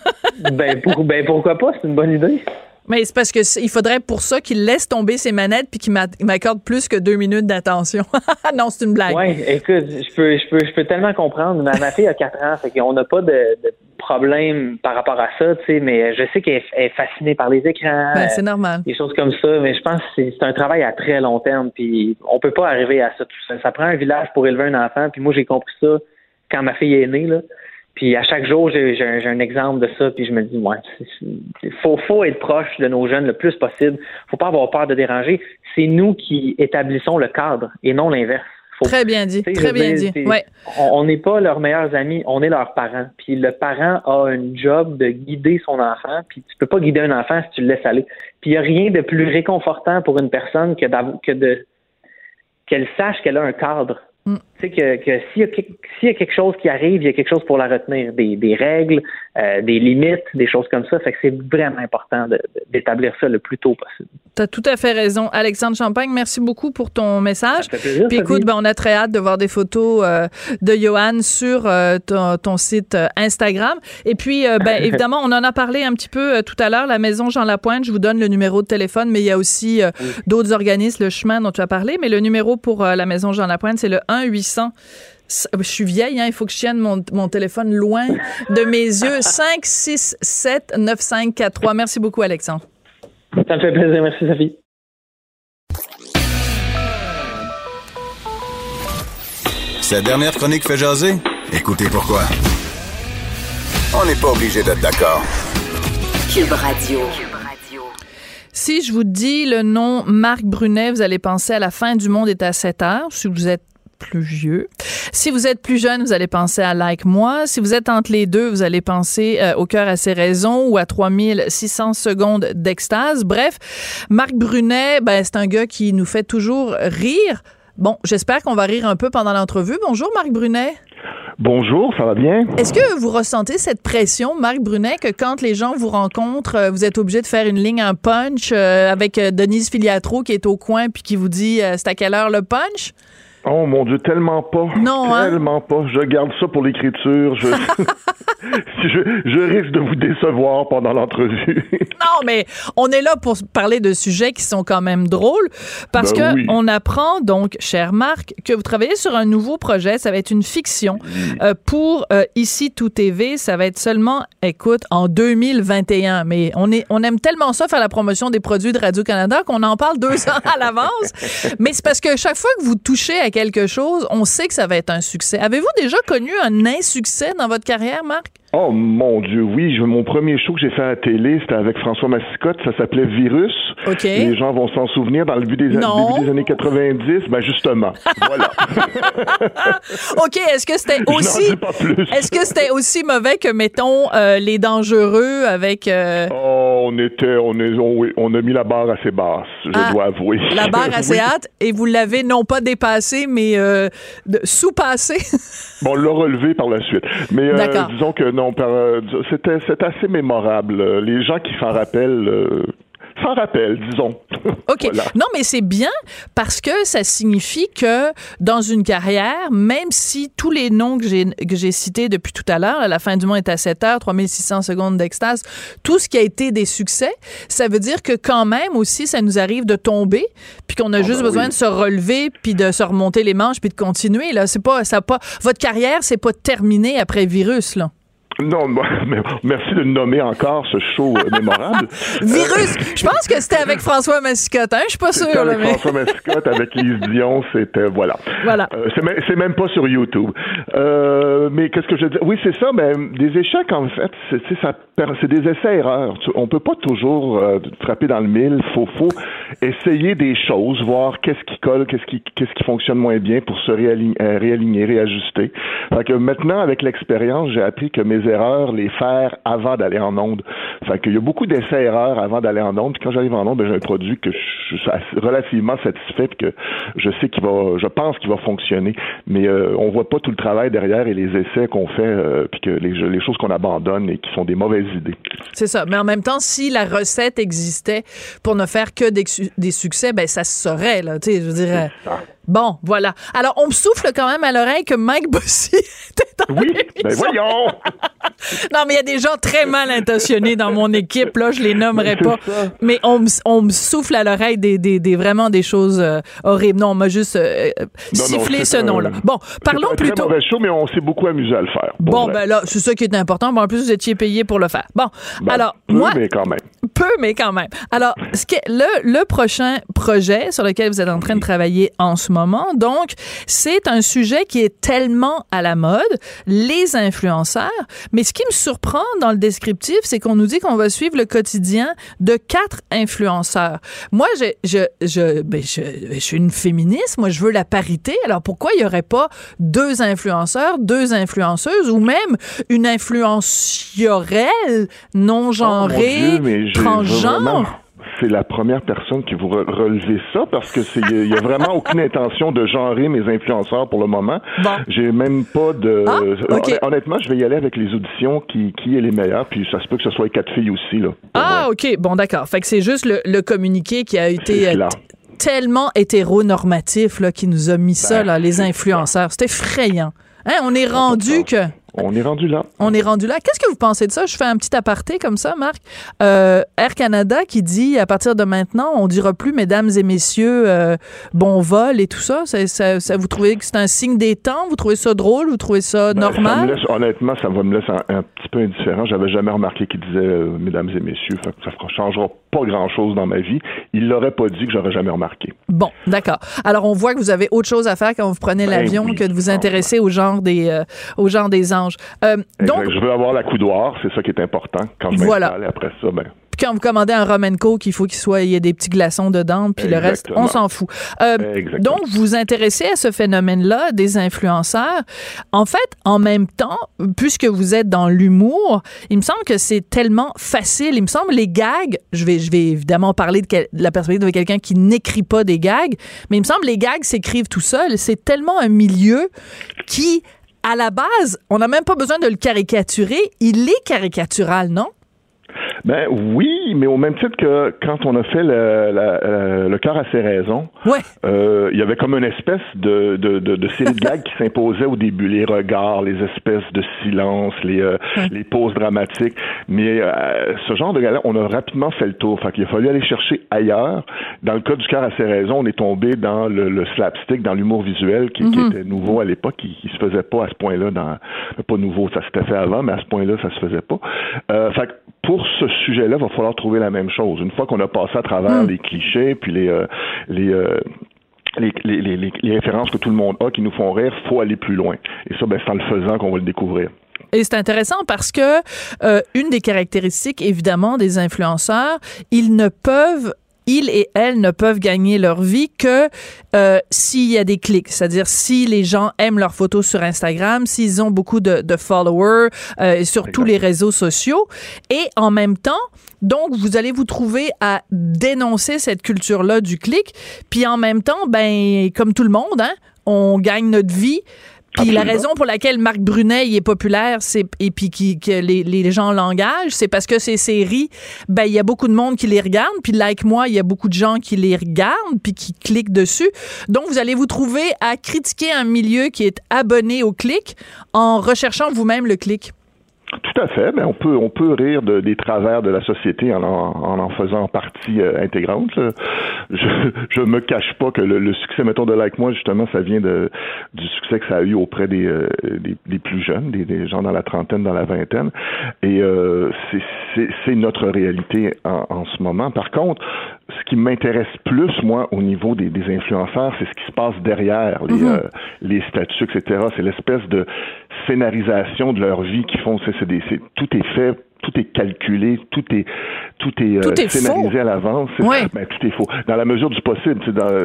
S5: Pourquoi pas? C'est une bonne idée.
S4: Mais c'est parce que il faudrait pour ça qu'il laisse tomber ses manettes puis qu'il m'accorde plus que 2 minutes d'attention. Non, c'est une blague.
S5: Oui, écoute, je peux tellement comprendre. Ma fille a 4 ans, fait qu'on n'a pas de problème par rapport à ça, tu sais, mais je sais qu'elle est fascinée par les écrans.
S4: C'est normal.
S5: Des choses comme ça, mais je pense que c'est un travail à très long terme, puis on peut pas arriver à ça tout seul. Ça prend un village pour élever un enfant, puis moi j'ai compris ça quand ma fille est née, là. Puis à chaque jour, j'ai un exemple de ça, puis je me dis, faut être proche de nos jeunes le plus possible. Faut pas avoir peur de déranger. C'est nous qui établissons le cadre et non l'inverse.
S4: Très bien dit, très bien dit. Ouais.
S5: On n'est pas leurs meilleurs amis, on est leurs parents. Puis le parent a un job de guider son enfant, puis tu peux pas guider un enfant si tu le laisses aller. Puis il n'y a rien de plus réconfortant pour une personne qu'elle sache qu'elle a un cadre. Tu sais que s'il y a quelque chose qui arrive, il y a quelque chose pour la retenir, des règles, des limites, des choses comme ça. Fait que c'est vraiment important d'établir ça le plus tôt possible.
S4: Tu as tout à fait raison. Alexandre Champagne, merci beaucoup pour ton message.
S5: Ça fait plaisir.
S4: Puis écoute, on a très hâte de voir des photos de Yoann sur ton site Instagram. Et puis, évidemment, on en a parlé un petit peu tout à l'heure, la Maison Jean Lapointe. Je vous donne le numéro de téléphone, mais il y a aussi d'autres organismes, le chemin dont tu as parlé. Mais le numéro pour la Maison Jean Lapointe, c'est le 1-800. Je suis vieille, il faut que je tienne mon téléphone loin de mes yeux. 567-9543. Merci beaucoup, Alexandre.
S5: Ça me fait plaisir. Merci, Sophie.
S3: Cette dernière chronique fait jaser? Écoutez pourquoi. On n'est pas obligé d'être d'accord.
S2: Cube Radio.
S4: Si je vous dis le nom Marc Brunet, vous allez penser à La fin du monde est à 7 heures. Si vous êtes plus vieux. Si vous êtes plus jeune, vous allez penser à Like Moi. Si vous êtes entre les deux, vous allez penser Au cœur à ses raisons ou à 3600 secondes d'extase. Bref, Marc Brunet, c'est un gars qui nous fait toujours rire. Bon, j'espère qu'on va rire un peu pendant l'entrevue. Bonjour, Marc Brunet.
S6: Bonjour, ça va bien?
S4: Est-ce que vous ressentez cette pression, Marc Brunet, que quand les gens vous rencontrent, vous êtes obligé de faire une ligne en punch avec Denise Filiatro qui est au coin puis qui vous dit c'est à quelle heure le punch?
S6: Oh mon Dieu, tellement pas.
S4: Non,
S6: tellement pas. Je garde ça pour l'écriture. Je risque de vous décevoir pendant l'entrevue.
S4: Non, mais on est là pour parler de sujets qui sont quand même drôles parce on apprend donc, cher Marc, que vous travaillez sur un nouveau projet. Ça va être une fiction pour Ici Tout TV. Ça va être seulement, écoute, en 2021. Mais on aime tellement ça faire la promotion des produits de Radio-Canada qu'on en parle 2 ans à l'avance. Mais c'est parce que chaque fois que vous touchez à quelque chose, on sait que ça va être un succès. Avez-vous déjà connu un insuccès dans votre carrière, Marc?
S6: Oh mon Dieu, oui. Mon premier show que j'ai fait à la télé, c'était avec François Massicotte. Ça s'appelait Virus.
S4: OK.
S6: Les gens vont s'en souvenir dans le début des années 90. Justement. Voilà.
S4: OK. Est-ce que c'était aussi...
S6: Je n'en dis pas plus.
S4: Est-ce que c'était aussi mauvais que, mettons, Les Dangereux avec...
S6: on a mis la barre assez basse, je dois avouer.
S4: La barre assez haute, et vous l'avez non pas dépassée, mais sous-passée.
S6: Bon, on l'a relevé par la suite. Mais disons que non, c'était assez mémorable. Les gens qui s'en rappellent... disons.
S4: OK.
S6: Voilà.
S4: Non, mais c'est bien parce que ça signifie que dans une carrière, même si tous les noms que j'ai cités depuis tout à l'heure, La fin du monde est à 7 heures, 3600 secondes d'extase, tout ce qui a été des succès, ça veut dire que quand même aussi, ça nous arrive de tomber puis qu'on a juste besoin de se relever puis de se remonter les manches puis de continuer. Là. Votre carrière, c'est pas terminé après Virus, là.
S6: Non, merci de nommer encore ce show mémorable.
S4: Virus, je pense que c'était avec François Massicotte, hein? Je suis pas sûre.
S6: C'était avec François Massicotte, avec Lise Dion, c'était, voilà. C'est même pas sur YouTube. Mais qu'est-ce que je dis? Oui, c'est ça, des échecs, en fait, c'est des essais-erreurs. On peut pas toujours frapper dans le mille. Faut essayer des choses, voir qu'est-ce qui colle, qu'est-ce qui fonctionne moins bien pour se réaligner, réajuster. Fait que maintenant, avec l'expérience, j'ai appris que mes erreurs, les faire avant d'aller en onde. Fait qu'il y a beaucoup d'essais-erreurs avant d'aller en onde. Puis quand j'arrive en onde, j'ai un produit que je suis relativement satisfait puis que je sais je pense qu'il va fonctionner. Mais on voit pas tout le travail derrière et les essais qu'on fait puis que les choses qu'on abandonne et qui sont des mauvaises idées.
S4: C'est ça. Mais en même temps, si la recette existait pour ne faire que des succès, ça se saurait, là. Tu sais, je dirais. Bon, voilà. Alors, on me souffle quand même à l'oreille que Mike Bossy était dans l'émission.
S6: Voyons!
S4: Non, mais il y a des gens très mal intentionnés dans mon équipe, là, je les nommerai pas. Ça. Mais on me souffle à l'oreille vraiment des choses horribles. Non, on m'a juste sifflé ce nom-là. Bon, parlons plutôt. C'est un très mauvais
S6: show, mais on s'est beaucoup amusé à le faire.
S4: Bon, là, c'est ça qui est important. Bon, en plus, vous étiez payé pour le faire. Bon, alors,
S6: mais quand même.
S4: Peu, mais quand même. Alors, le prochain projet sur lequel vous êtes en train de travailler en ce moment, donc, c'est un sujet qui est tellement à la mode, les influenceurs. Mais ce qui me surprend dans le descriptif, c'est qu'on nous dit qu'on va suivre le quotidien de 4 influenceurs. Moi, je suis une féministe. Moi, je veux la parité. Alors, pourquoi il y aurait pas 2 influenceurs, 2 influenceuses ou même une influenciorelle non genrée, transgenre?
S6: C'est la première personne qui vous relevez ça parce que il y a vraiment aucune intention de genrer mes influenceurs pour le moment. Bon. J'ai même pas de okay. Honnêtement, je vais y aller avec les auditions qui est les meilleures puis ça se peut que ce soit 4 filles aussi là.
S4: OK, bon d'accord. Fait que c'est juste le communiqué qui a été tellement hétéronormatif là qui nous a mis ça là, les influenceurs, c'est effrayant. Hein, on est rendu là. Qu'est-ce que vous pensez de ça? Je fais un petit aparté comme ça, Marc. Air Canada qui dit, à partir de maintenant, on dira plus, mesdames et messieurs, bon vol et tout ça. Ça vous trouvez que c'est un signe des temps? Vous trouvez ça drôle? Vous trouvez ça normal?
S6: Honnêtement, ça va me laisser un petit peu indifférent. J'avais jamais remarqué qu'il disait mesdames et messieurs. Fait que ça ne changera pas grand-chose dans ma vie. Il l'aurait pas dit que j'aurais jamais remarqué.
S4: Bon, d'accord. Alors, on voit que vous avez autre chose à faire quand vous prenez l'avion que de vous intéresser au genre des anges.
S6: Donc, je veux avoir la coudoir, c'est ça qui est important. Quand je m'installe, après ça,
S4: Puis quand vous commandez un rum and coke, il faut il y ait des petits glaçons dedans, puis le reste, on s'en fout. Donc, vous vous intéressez à ce phénomène-là des influenceurs. En fait, en même temps, puisque vous êtes dans l'humour, il me semble que c'est tellement facile. Il me semble les gags, je vais évidemment parler de la perspective de quelqu'un qui n'écrit pas des gags, mais il me semble les gags s'écrivent tout seuls. C'est tellement un milieu qui... À la base, on n'a même pas besoin de le caricaturer. Il est caricatural, non?
S6: Oui, mais au même titre que quand on a fait le cœur à ses raisons, il y avait comme une espèce de série de gags qui s'imposait au début, les regards, les espèces de silence, les pauses dramatiques. Mais ce genre de gars-là, on a rapidement fait le tour. Fait qu'il a fallu aller chercher ailleurs. Dans le cas du cœur à ses raisons, on est tombé dans le slapstick, dans l'humour visuel qui était nouveau à l'époque, qui se faisait pas à ce point-là. Pas nouveau, ça s'était fait avant, mais à ce point-là, ça se faisait pas. Fait que pour ce sujet-là, il va falloir trouver la même chose. Une fois qu'on a passé à travers les clichés, puis les références que tout le monde a qui nous font rire, faut aller plus loin. Et ça, c'est en le faisant qu'on va le découvrir.
S4: Et c'est intéressant parce que une des caractéristiques, évidemment, des influenceurs, ils et elles ne peuvent gagner leur vie que s'il y a des clics. C'est-à-dire si les gens aiment leurs photos sur Instagram, s'ils ont beaucoup de followers sur tous les réseaux sociaux. Et en même temps, donc, vous allez vous trouver à dénoncer cette culture-là du clic. Puis en même temps, comme tout le monde, hein, on gagne notre vie. Puis la raison pour laquelle Marc Brunet il est populaire, et puis que les gens l'engagent, c'est parce que ces séries, il y a beaucoup de monde qui les regarde, puis like moi, il y a beaucoup de gens qui les regardent, puis qui cliquent dessus. Donc vous allez vous trouver à critiquer un milieu qui est abonné au clic en recherchant vous-même le clic.
S6: Tout à fait, mais on peut rire des travers de la société en faisant partie intégrante. Je me cache pas que le succès, mettons, de Like Moi, justement, ça vient du succès que ça a eu auprès des plus jeunes, des gens dans la trentaine, dans la vingtaine, et c'est notre réalité en ce moment. Par contre, ce qui m'intéresse plus, moi, au niveau des influenceurs, c'est ce qui se passe derrière les statuts, etc. C'est l'espèce de scénarisation de leur vie qu'ils font. Tout est fait, tout est calculé, tout est scénarisé
S4: faux.
S6: À l'avance.
S4: Ouais.
S6: Ben, tout est faux. Dans la mesure du possible.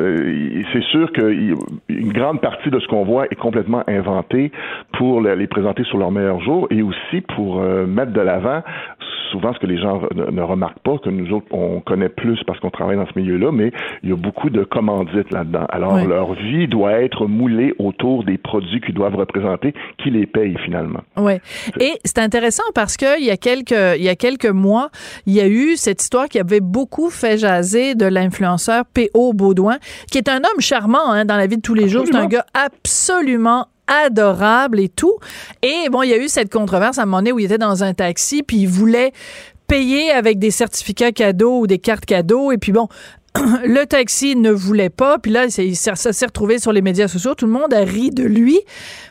S6: C'est sûr qu'une grande partie de ce qu'on voit est complètement inventé pour les présenter sur leur meilleur jour et aussi pour mettre de l'avant souvent ce que les gens ne remarquent pas, que nous autres, on connaît plus parce qu'on travaille dans ce milieu-là, mais il y a beaucoup de commandites là-dedans. Alors, leur vie doit être moulée autour des produits qu'ils doivent représenter, qui les payent finalement.
S4: Oui. Et c'est intéressant parce que il y a quelques mois, il y a eu cette histoire qui avait beaucoup fait jaser de l'influenceur P.O. Baudouin, qui est un homme charmant dans la vie de tous les jours. C'est un gars absolument adorable et tout. Et bon, il y a eu cette controverse à un moment donné où il était dans un taxi, puis il voulait payer avec des certificats cadeaux ou des cartes cadeaux. Et puis bon, le taxi ne voulait pas. Puis là, ça s'est retrouvé sur les médias sociaux. Tout le monde a ri de lui.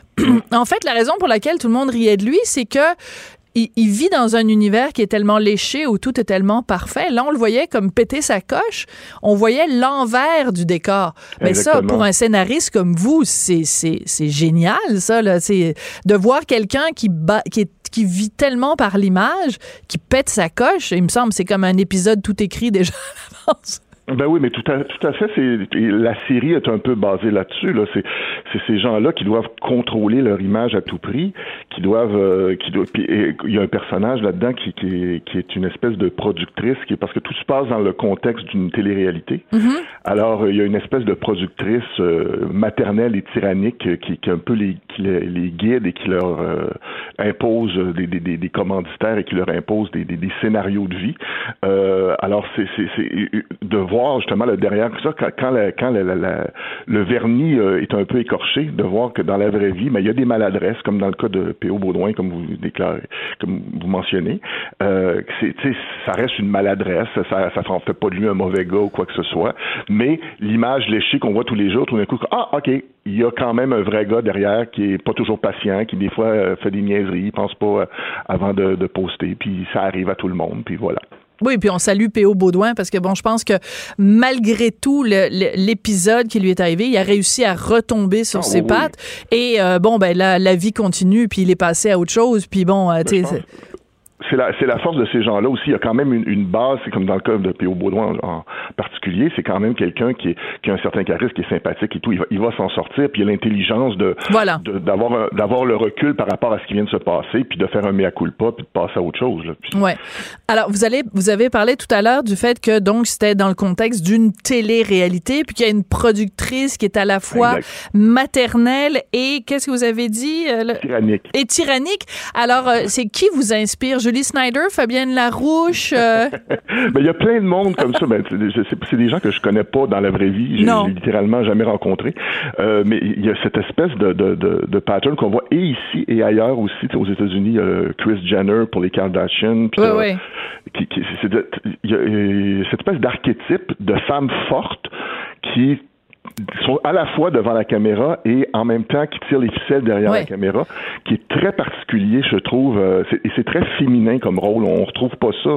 S4: En fait, la raison pour laquelle tout le monde riait de lui, c'est que il vit dans un univers qui est tellement léché, où tout est tellement parfait. Là, on le voyait comme péter sa coche. On voyait l'envers du décor. Mais ça, pour un scénariste comme vous, c'est génial, ça, là. C'est de voir quelqu'un qui vit tellement par l'image, qui pète sa coche. Il me semble, c'est comme un épisode tout écrit déjà à l'avance.
S6: Ben oui, mais tout à fait. La série est un peu basée là-dessus. Là. C'est ces gens-là qui doivent contrôler leur image à tout prix, qui doivent. Puis il y a un personnage là-dedans qui est une espèce de productrice, parce que tout se passe dans le contexte d'une télé-réalité. Mm-hmm. Alors il y a une espèce de productrice maternelle et tyrannique qui un peu les guide et qui leur impose des commanditaires et qui leur impose des scénarios de vie. Alors c'est de voir justement là, derrière ça, quand le vernis est un peu écorché, de voir que dans la vraie vie, mais il y a des maladresses, comme dans le cas de P.O. Baudouin, comme vous mentionnez. Ça reste une maladresse, ça en fait pas de lui un mauvais gars ou quoi que ce soit, mais l'image léchée qu'on voit tous les jours, tout d'un coup, OK, il y a quand même un vrai gars derrière qui est pas toujours patient, qui des fois fait des niaiseries, il pense pas avant de poster, puis ça arrive à tout le monde, puis voilà.
S4: Oui, puis on salue P.O. Baudouin parce que, bon, je pense que malgré tout, l'épisode qui lui est arrivé, il a réussi à retomber sur ses pattes. Et, la vie continue, puis il est passé à autre chose. Puis bon, tu sais...
S6: C'est la force de ces gens-là aussi. Il y a quand même une base, c'est comme dans le cas de P.O. Baudouin en particulier, c'est quand même quelqu'un qui a un certain charisme, qui est sympathique et tout. Il va s'en sortir, puis il a l'intelligence d'avoir le recul par rapport à ce qui vient de se passer, puis de faire un mea culpa, puis de passer à autre chose.
S4: Ouais. Alors, vous avez parlé tout à l'heure du fait que, donc, c'était dans le contexte d'une télé-réalité, puis qu'il y a une productrice qui est à la fois maternelle et, qu'est-ce que vous avez dit?
S6: Tyrannique.
S4: Et tyrannique. Alors, c'est qui vous inspire? Julie Snyder, Fabienne Larouche.
S6: Il y a plein de monde comme ça. C'est des gens que je connais pas dans la vraie vie. J'ai littéralement jamais rencontré. Mais il y a cette espèce de pattern qu'on voit et ici et ailleurs aussi. Aux États-Unis, Kris Jenner pour les Kardashians. Il y a cette espèce d'archétype de femme forte qui sont à la fois devant la caméra et en même temps qui tirent les ficelles derrière la caméra, qui est très particulier, je trouve. Et c'est très féminin comme rôle. On retrouve pas ça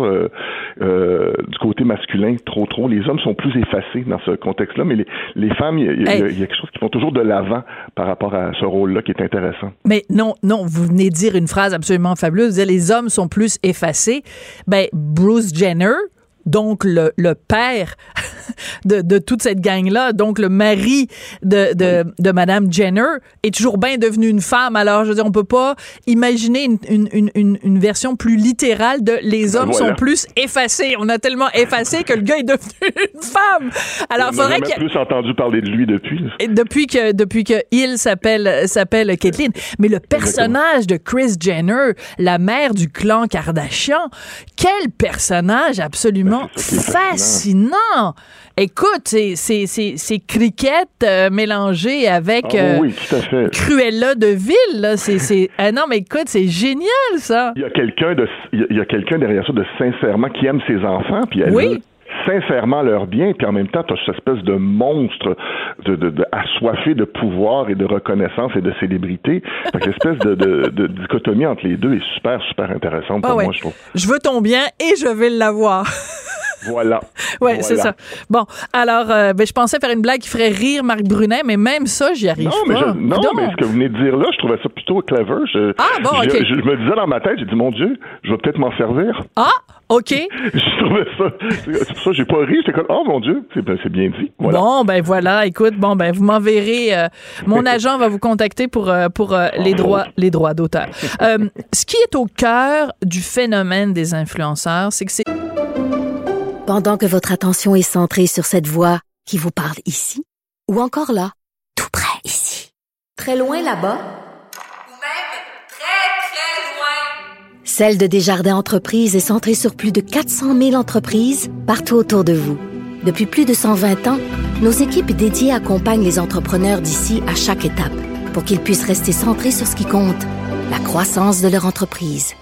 S6: du côté masculin trop. Les hommes sont plus effacés dans ce contexte-là, mais les femmes, il y a quelque chose qui font toujours de l'avant par rapport à ce rôle-là qui est intéressant.
S4: Mais non, vous venez de dire une phrase absolument fabuleuse. Vous dites, les hommes sont plus effacés. Bruce Jenner, donc le père de toute cette gang-là, donc le mari de Madame Jenner, est toujours bien devenu une femme. Alors, je veux dire, on peut pas imaginer une version plus littérale de les hommes sont plus effacés. On a tellement effacé que le gars est devenu une femme. Alors, il faudrait
S6: qu'il plus entendu parler de lui depuis.
S4: Et depuis que il s'appelle Caitlyn. Mais le personnage de Kris Jenner, la mère du clan Kardashian, quel personnage absolument fascinant. Écoute, c'est cricket mélangé avec
S6: oui, tout à fait.
S4: Cruella de Vil. Là. Non, mais écoute, c'est génial, ça.
S6: Il y a quelqu'un derrière ça de sincèrement qui aime ses enfants, puis elle veut sincèrement leur bien, puis en même temps, tu as cette espèce de monstre assoiffé de pouvoir et de reconnaissance et de célébrité. Fait que l'espèce de dichotomie entre les deux est super, super intéressante pour moi, je trouve.
S4: Je veux ton bien et je vais l'avoir.
S6: Voilà.
S4: Oui, c'est ça. Bon, alors, je pensais faire une blague qui ferait rire Marc Brunet, mais même ça, j'y arrive pas.
S6: Mais ce que vous venez de dire là, je trouvais ça plutôt clever.
S4: OK.
S6: Je me disais dans ma tête, j'ai dit, mon Dieu, je vais peut-être m'en servir.
S4: Ah, OK.
S6: Je trouvais ça. C'est pour ça que j'ai pas ri. J'étais comme, oh mon Dieu, c'est bien dit. Voilà.
S4: Bon, voilà. Écoute, vous m'enverrez. Mon agent va vous contacter pour les droits d'auteur. Ce qui est au cœur du phénomène des influenceurs, c'est que c'est...
S1: Pendant que votre attention est centrée sur cette voix qui vous parle ici, ou encore là, tout près ici, très loin là-bas, ou même très, très loin, celle de Desjardins Entreprises est centrée sur plus de 400 000 entreprises partout autour de vous. Depuis plus de 120 ans, nos équipes dédiées accompagnent les entrepreneurs d'ici à chaque étape pour qu'ils puissent rester centrés sur ce qui compte, la croissance de leur entreprise.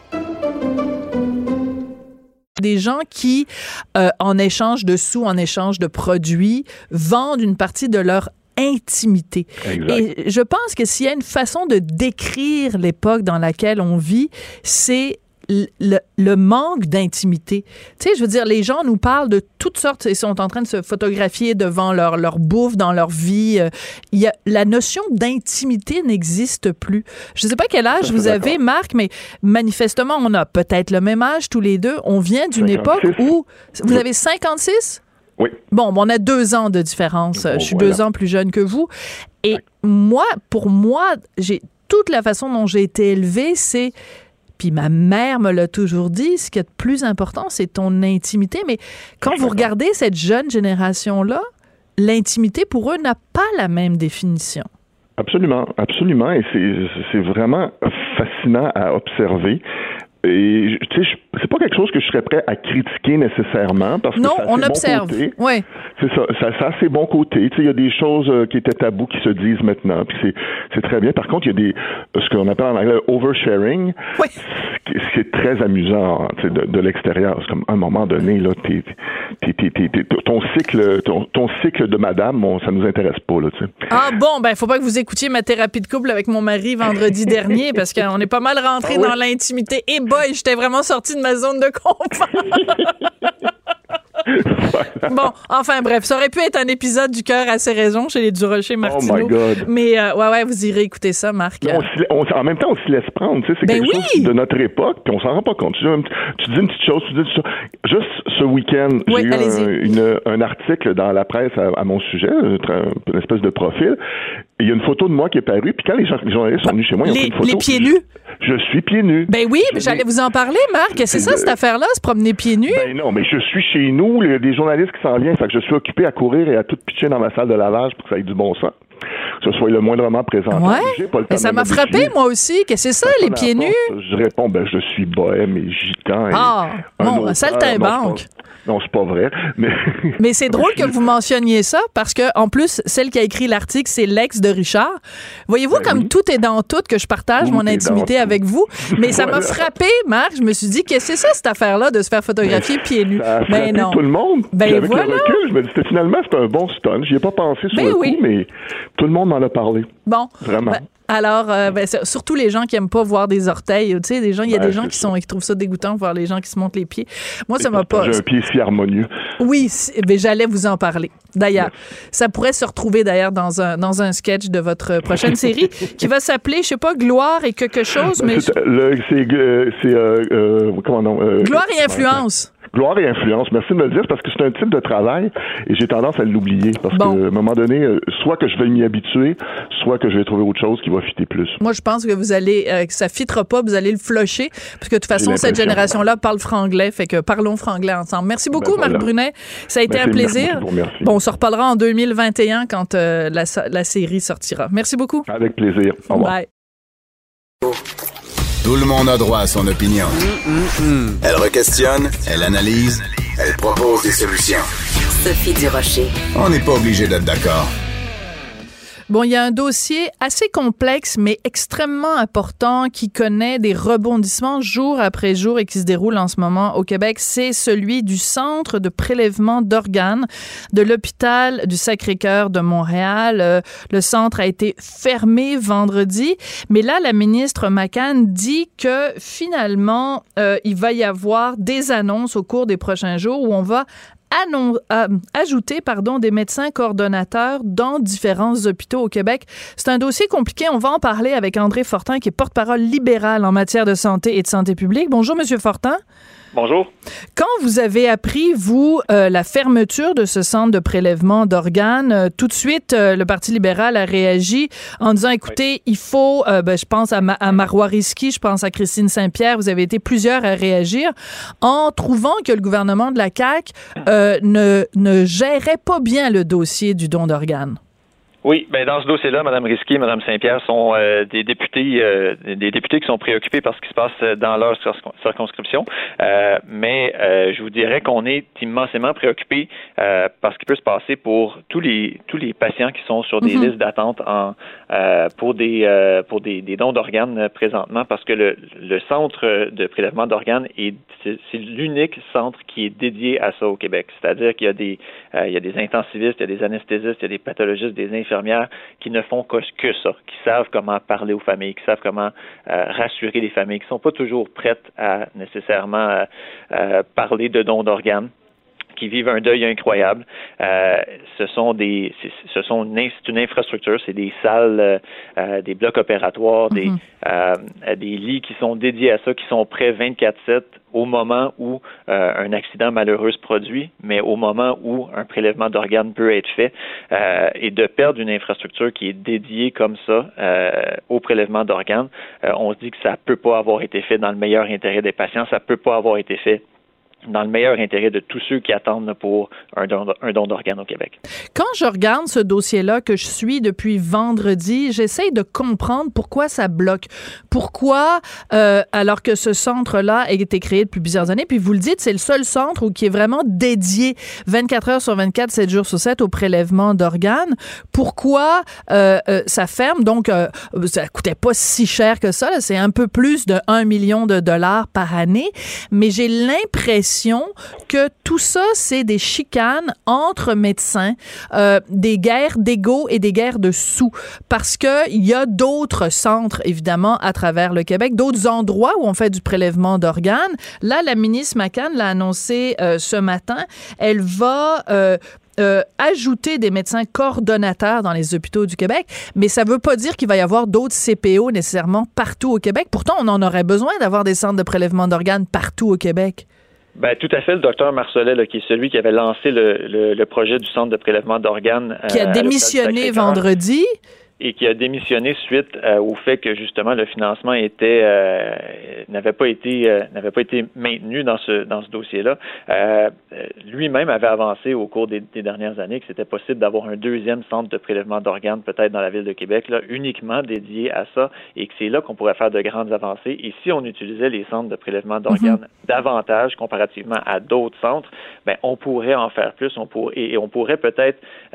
S4: Des gens qui, en échange de sous, en échange de produits, vendent une partie de leur intimité.
S6: Exact.
S4: Et je pense que s'il y a une façon de décrire l'époque dans laquelle on vit, c'est le manque d'intimité. Tu sais, je veux dire, les gens nous parlent de toutes sortes, ils sont en train de se photographier devant leur bouffe, dans leur vie. La notion d'intimité n'existe plus. Je ne sais pas quel âge vous avez, Marc, mais manifestement, on a peut-être le même âge tous les deux. On vient d'une 56. Époque où... Vous avez 56?
S6: Oui.
S4: Bon, on a 2 ans de différence. Je suis 2 ans plus jeune que vous. Et pour moi, toute la façon dont j'ai été élevée, c'est... Puis ma mère me l'a toujours dit, ce qui est le plus important, c'est ton intimité. Mais quand vous regardez cette jeune génération-là, l'intimité, pour eux, n'a pas la même définition.
S6: Absolument, absolument. Et c'est vraiment fascinant à observer. Et tu sais, c'est pas quelque chose que je serais prêt à critiquer nécessairement parce que ça a
S4: on observe.
S6: Bon côté.
S4: Ouais.
S6: C'est ça a ses bons côtés. Tu sais, il y a des choses qui étaient tabous qui se disent maintenant, puis c'est très bien. Par contre, il y a ce qu'on appelle en anglais oversharing, ce qui est très amusant, tu sais, de l'extérieur. C'est comme à un moment donné là, ton cycle de madame, ça nous intéresse pas là, tu sais.
S4: Ah bon, faut pas que vous écoutiez ma thérapie de couple avec mon mari vendredi dernier parce qu'on est pas mal rentré dans l'intimité. Et boy, j'étais vraiment sortie de ma zone de confort. Bon, enfin bref, ça aurait pu être un épisode du Cœur à ses raisons chez les Durocher Martineau.
S6: Oh my God.
S4: Mais vous irez écouter ça, Marc.
S6: En même temps, on s'y laisse prendre. Tu sais, c'est quelque chose de notre époque, puis on s'en rend pas compte. Tu dis une petite chose, Juste ce week-end, j'ai eu un article dans la presse à mon sujet, une espèce de profil. Il y a une photo de moi qui est parue, puis quand les journalistes sont venus chez moi, ils ont pris une photo.
S4: Les pieds nus?
S6: Je suis pieds nus.
S4: Ben oui, j'allais vous en parler, Marc. C'est ça, cette affaire-là, se promener pieds nus?
S6: Ben non, mais je suis chez nous, il y a des journalistes qui s'en viennent, fait que je suis occupé à courir et à tout pitcher dans ma salle de lavage pour que ça ait du bon sens. Que ce soit le moindrement présent.
S4: Ouais. Mais ça m'a frappé, moi aussi. Qu'est-ce que c'est ça, les pieds nus?
S6: Je réponds, je suis bohème et gitan.
S4: Un saltimbanque.
S6: Non, c'est pas vrai.
S4: Mais c'est drôle que vous mentionniez ça parce que, en plus, celle qui a écrit l'article, c'est l'ex de Richard. Voyez-vous comme tout est dans tout que je partage mon intimité avec vous. Mais ça m'a frappé, Marc. Je me suis dit, qu'est-ce que c'est ça, cette affaire-là, de se faire photographier pieds nus?
S6: Ça a frappé tout le monde. Avec le recul, je me dis, finalement, c'est un bon stunt. J'y ai pas pensé sur le coup, mais tout le monde m'en a parlé.
S4: Bon.
S6: Vraiment.
S4: Alors, surtout les gens qui aiment pas voir des orteils, tu sais, il y a des gens qui trouvent ça dégoûtant, voir les gens qui se montrent les pieds. Moi, ça m'a pas...
S6: J'ai un pied si harmonieux.
S4: Oui, mais j'allais vous en parler. D'ailleurs, ça pourrait se retrouver d'ailleurs dans un sketch de votre prochaine série qui va s'appeler, je sais pas, Gloire et quelque chose, mais...
S6: comment non?
S4: Gloire et influence.
S6: Gloire et influence, merci de me le dire, parce que c'est un type de travail et j'ai tendance à l'oublier. Parce qu'à un moment donné, soit que je vais m'y habituer, soit que je vais trouver autre chose qui va fitter plus.
S4: Moi, je pense que vous allez, que ça fittera pas, vous allez le flusher, parce que de toute façon, cette génération-là parle franglais, fait que parlons franglais ensemble. Merci beaucoup, Marc Brunet. Ça a été un plaisir. Bon, on se reparlera en 2021 quand la série sortira. Merci beaucoup.
S6: Avec plaisir. Au revoir.
S4: Bye.
S3: Tout le monde a droit à son opinion. Elle requestionne, elle analyse, elle propose des solutions.
S2: Sophie Durocher.
S3: On n'est pas obligé d'être d'accord.
S4: Bon, il y a un dossier assez complexe, mais extrêmement important qui connaît des rebondissements jour après jour et qui se déroule en ce moment au Québec. C'est celui du Centre de prélèvement d'organes de l'hôpital du Sacré-Cœur de Montréal. Le centre a été fermé vendredi, mais là, la ministre McCann dit que finalement, il va y avoir des annonces au cours des prochains jours où on va ajouter des médecins coordonnateurs dans différents hôpitaux au Québec. C'est un dossier compliqué. On va en parler avec André Fortin, qui est porte-parole libéral en matière de santé et de santé publique. Bonjour, Monsieur Fortin.
S7: Bonjour.
S4: Quand vous avez appris, vous, la fermeture de ce centre de prélèvement d'organes, tout de suite, le Parti libéral a réagi en disant, écoutez, il faut, je pense à Marois Risky, je pense à Christine Saint-Pierre, vous avez été plusieurs à réagir, en trouvant que le gouvernement de la CAQ ne gérait pas bien le dossier du don d'organes.
S7: Oui, dans ce dossier-là, Mme Risky et Mme Saint-Pierre sont des députés qui sont préoccupés par ce qui se passe dans leur circonscription. Mais je vous dirais qu'on est immensément préoccupés par ce qui peut se passer pour tous les patients qui sont sur des listes d'attente pour des dons d'organes présentement, parce que le centre de prélèvement d'organes c'est l'unique centre qui est dédié à ça au Québec. C'est-à-dire qu'il y a des intensivistes, il y a des anesthésistes, il y a des pathologistes, des infirmières qui ne font que ça, qui savent comment parler aux familles, qui savent comment rassurer les familles, qui ne sont pas toujours prêtes à nécessairement parler de dons d'organes, qui vivent un deuil incroyable. C'est une infrastructure, c'est des salles, des blocs opératoires, des lits qui sont dédiés à ça, qui sont prêts 24/7 au moment où un accident malheureux se produit, mais au moment où un prélèvement d'organes peut être fait, et de perdre une infrastructure qui est dédiée comme ça au prélèvement d'organes, on se dit que ça peut pas avoir été fait dans le meilleur intérêt des patients, ça peut pas avoir été fait dans le meilleur intérêt de tous ceux qui attendent pour un don d'organes au Québec. Quand
S4: je regarde ce dossier-là que je suis depuis vendredi, j'essaye de comprendre pourquoi ça bloque. Pourquoi, alors que ce centre-là a été créé depuis plusieurs années, puis vous le dites, c'est le seul centre qui est vraiment dédié 24 heures sur 24, 7 jours sur 7 au prélèvement d'organes. Pourquoi ça ferme? Donc, ça coûtait pas si cher que ça. Là. C'est un peu plus de 1 million de dollars par année. Mais j'ai l'impression que tout ça, c'est des chicanes entre médecins, des guerres d'ego et des guerres de sous. Parce que il y a d'autres centres, évidemment, à travers le Québec, d'autres endroits où on fait du prélèvement d'organes. Là, la ministre McCann l'a annoncé ce matin. Elle va ajouter des médecins coordonnateurs dans les hôpitaux du Québec, mais ça veut pas dire qu'il va y avoir d'autres CPO nécessairement partout au Québec. Pourtant, on en aurait besoin d'avoir des centres de prélèvement d'organes partout au Québec.
S7: Tout à fait. Le docteur Marcelet, qui est celui qui avait lancé le projet du centre de prélèvement d'organes.
S4: Qui a démissionné vendredi.
S7: Et qui a démissionné suite au fait que justement le financement n'avait pas été maintenu dans ce dossier-là. Lui-même avait avancé au cours des dernières années que c'était possible d'avoir un deuxième centre de prélèvement d'organes peut-être dans la ville de Québec, là, uniquement dédié à ça, et que c'est là qu'on pourrait faire de grandes avancées. Et si on utilisait les centres de prélèvement d'organes davantage comparativement à d'autres centres, on pourrait en faire plus, on pourrait peut-être,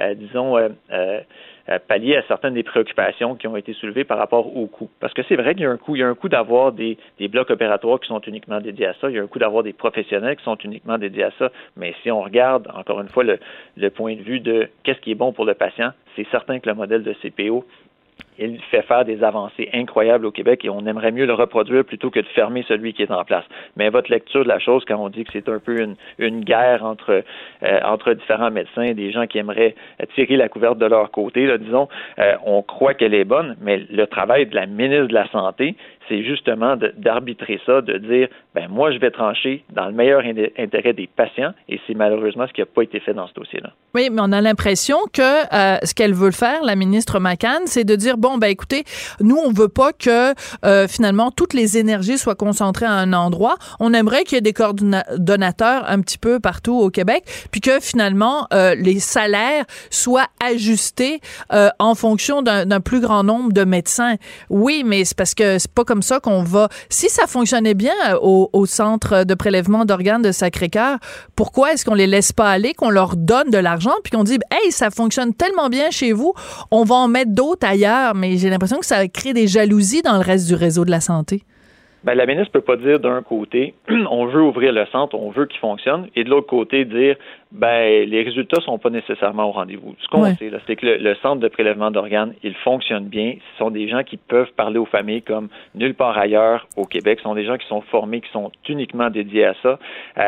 S7: pallier à certaines des préoccupations qui ont été soulevées par rapport au coût. Parce que c'est vrai qu'il y a un coût. Il y a un coût d'avoir des blocs opératoires qui sont uniquement dédiés à ça. Il y a un coût d'avoir des professionnels qui sont uniquement dédiés à ça. Mais si on regarde, encore une fois, le point de vue de qu'est-ce qui est bon pour le patient, c'est certain que le modèle de CPO, il fait faire des avancées incroyables au Québec et on aimerait mieux le reproduire plutôt que de fermer celui qui est en place. Mais votre lecture de la chose, quand on dit que c'est un peu une guerre entre différents médecins, des gens qui aimeraient tirer la couverte de leur côté, là, disons, on croit qu'elle est bonne, mais le travail de la ministre de la Santé, c'est justement d'arbitrer ça, de dire, moi, je vais trancher dans le meilleur intérêt des patients, et c'est malheureusement ce qui n'a pas été fait dans ce dossier-là.
S4: Oui, mais on a l'impression que ce qu'elle veut faire, la ministre McCann, c'est de dire, écoutez, nous, on veut pas que, finalement, toutes les énergies soient concentrées à un endroit. On aimerait qu'il y ait des coordonnateurs un petit peu partout au Québec, puis que, finalement, les salaires soient ajustés en fonction d'un plus grand nombre de médecins. Oui, mais c'est parce que c'est pas comme comme ça qu'on va... Si ça fonctionnait bien au centre de prélèvement d'organes de Sacré-Cœur, pourquoi est-ce qu'on les laisse pas aller, qu'on leur donne de l'argent, puis qu'on dit, hey, ça fonctionne tellement bien chez vous, on va en mettre d'autres ailleurs, mais j'ai l'impression que ça crée des jalousies dans le reste du réseau de la santé.
S7: Ben, la ministre peut pas dire d'un côté, on veut ouvrir le centre, on veut qu'il fonctionne, et de l'autre côté dire, ben, les résultats sont pas nécessairement au rendez-vous. Ce qu'on sait, là, c'est que le centre de prélèvement d'organes, il fonctionne bien. Ce sont des gens qui peuvent parler aux familles comme nulle part ailleurs au Québec. Ce sont des gens qui sont formés, qui sont uniquement dédiés à ça.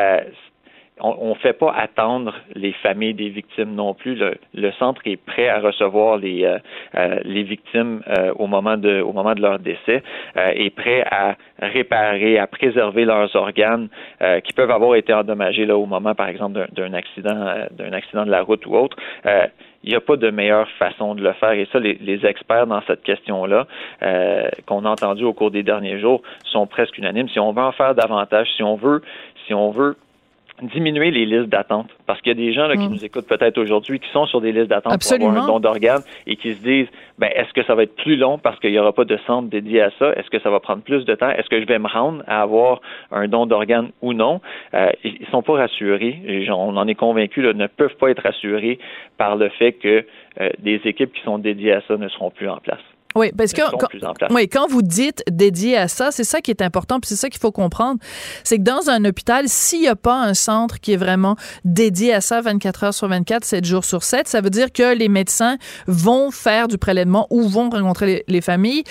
S7: On ne fait pas attendre les familles des victimes non plus. Le centre est prêt à recevoir les victimes au moment de leur décès, est prêt à réparer, à préserver leurs organes qui peuvent avoir été endommagés là au moment, par exemple, d'un accident de la route ou autre. Il n'y a pas de meilleure façon de le faire. Et ça, les experts dans cette question-là, qu'on a entendu au cours des derniers jours, sont presque unanimes. Si on veut en faire davantage, si on veut diminuer les listes d'attente, parce qu'il y a des gens là, qui nous écoutent peut-être aujourd'hui, qui sont sur des listes d'attente pour avoir un don d'organes et qui se disent, ben, est-ce que ça va être plus long parce qu'il n'y aura pas de centre dédié à ça? Est-ce que ça va prendre plus de temps? Est-ce que je vais me rendre à avoir un don d'organes ou non? Ils sont pas rassurés, on en est convaincus, ne peuvent pas être rassurés par le fait que des équipes qui sont dédiées à ça ne seront plus en place.
S4: Oui, parce que quand vous dites dédié à ça, c'est ça qui est important, puis c'est ça qu'il faut comprendre, c'est que dans un hôpital, s'il n'y a pas un centre qui est vraiment dédié à ça 24 heures sur 24, 7 jours sur 7, ça veut dire que les médecins vont faire du prélèvement ou vont rencontrer les familles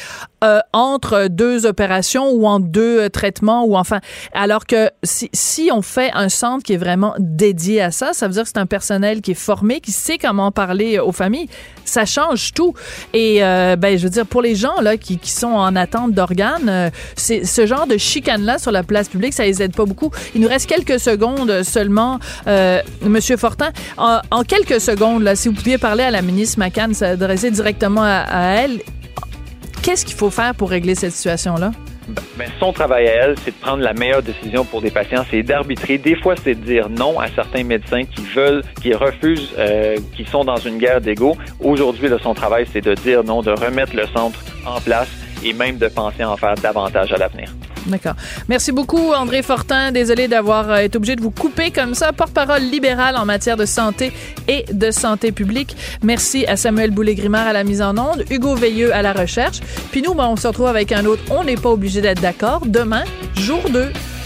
S4: entre deux opérations ou en deux traitements ou enfin, alors que si on fait un centre qui est vraiment dédié à ça, ça veut dire que c'est un personnel qui est formé, qui sait comment parler aux familles. Ça change tout. Et je veux dire, pour les gens là qui sont en attente d'organes, c'est ce genre de chicane-là sur la place publique, ça les aide pas beaucoup. Il nous reste quelques secondes seulement. Monsieur Fortin, en quelques secondes, là, si vous pouviez parler à la ministre McCann, s'adresser directement à elle, qu'est-ce qu'il faut faire pour régler cette situation-là?
S7: Ben, son travail à elle, c'est de prendre la meilleure décision pour des patients, c'est d'arbitrer. Des fois, c'est de dire non à certains médecins qui refusent, qui sont dans une guerre d'ego. Aujourd'hui, son travail, c'est de dire non, de remettre le centre en place et même de penser à en faire davantage à l'avenir.
S4: D'accord. Merci beaucoup, André Fortin. Désolé d'avoir été obligé de vous couper comme ça. Porte-parole libérale en matière de santé et de santé publique. Merci à Samuel Boulay-Grimard à la mise en onde, Hugo Veilleux à la recherche. Puis nous, on se retrouve avec un autre. On n'est pas obligé d'être d'accord. Demain, jour 2.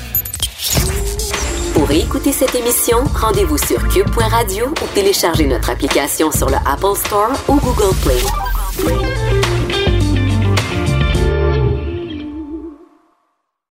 S2: Pour écouter cette émission, rendez-vous sur cube.radio ou téléchargez notre application sur le Apple Store ou Google Play.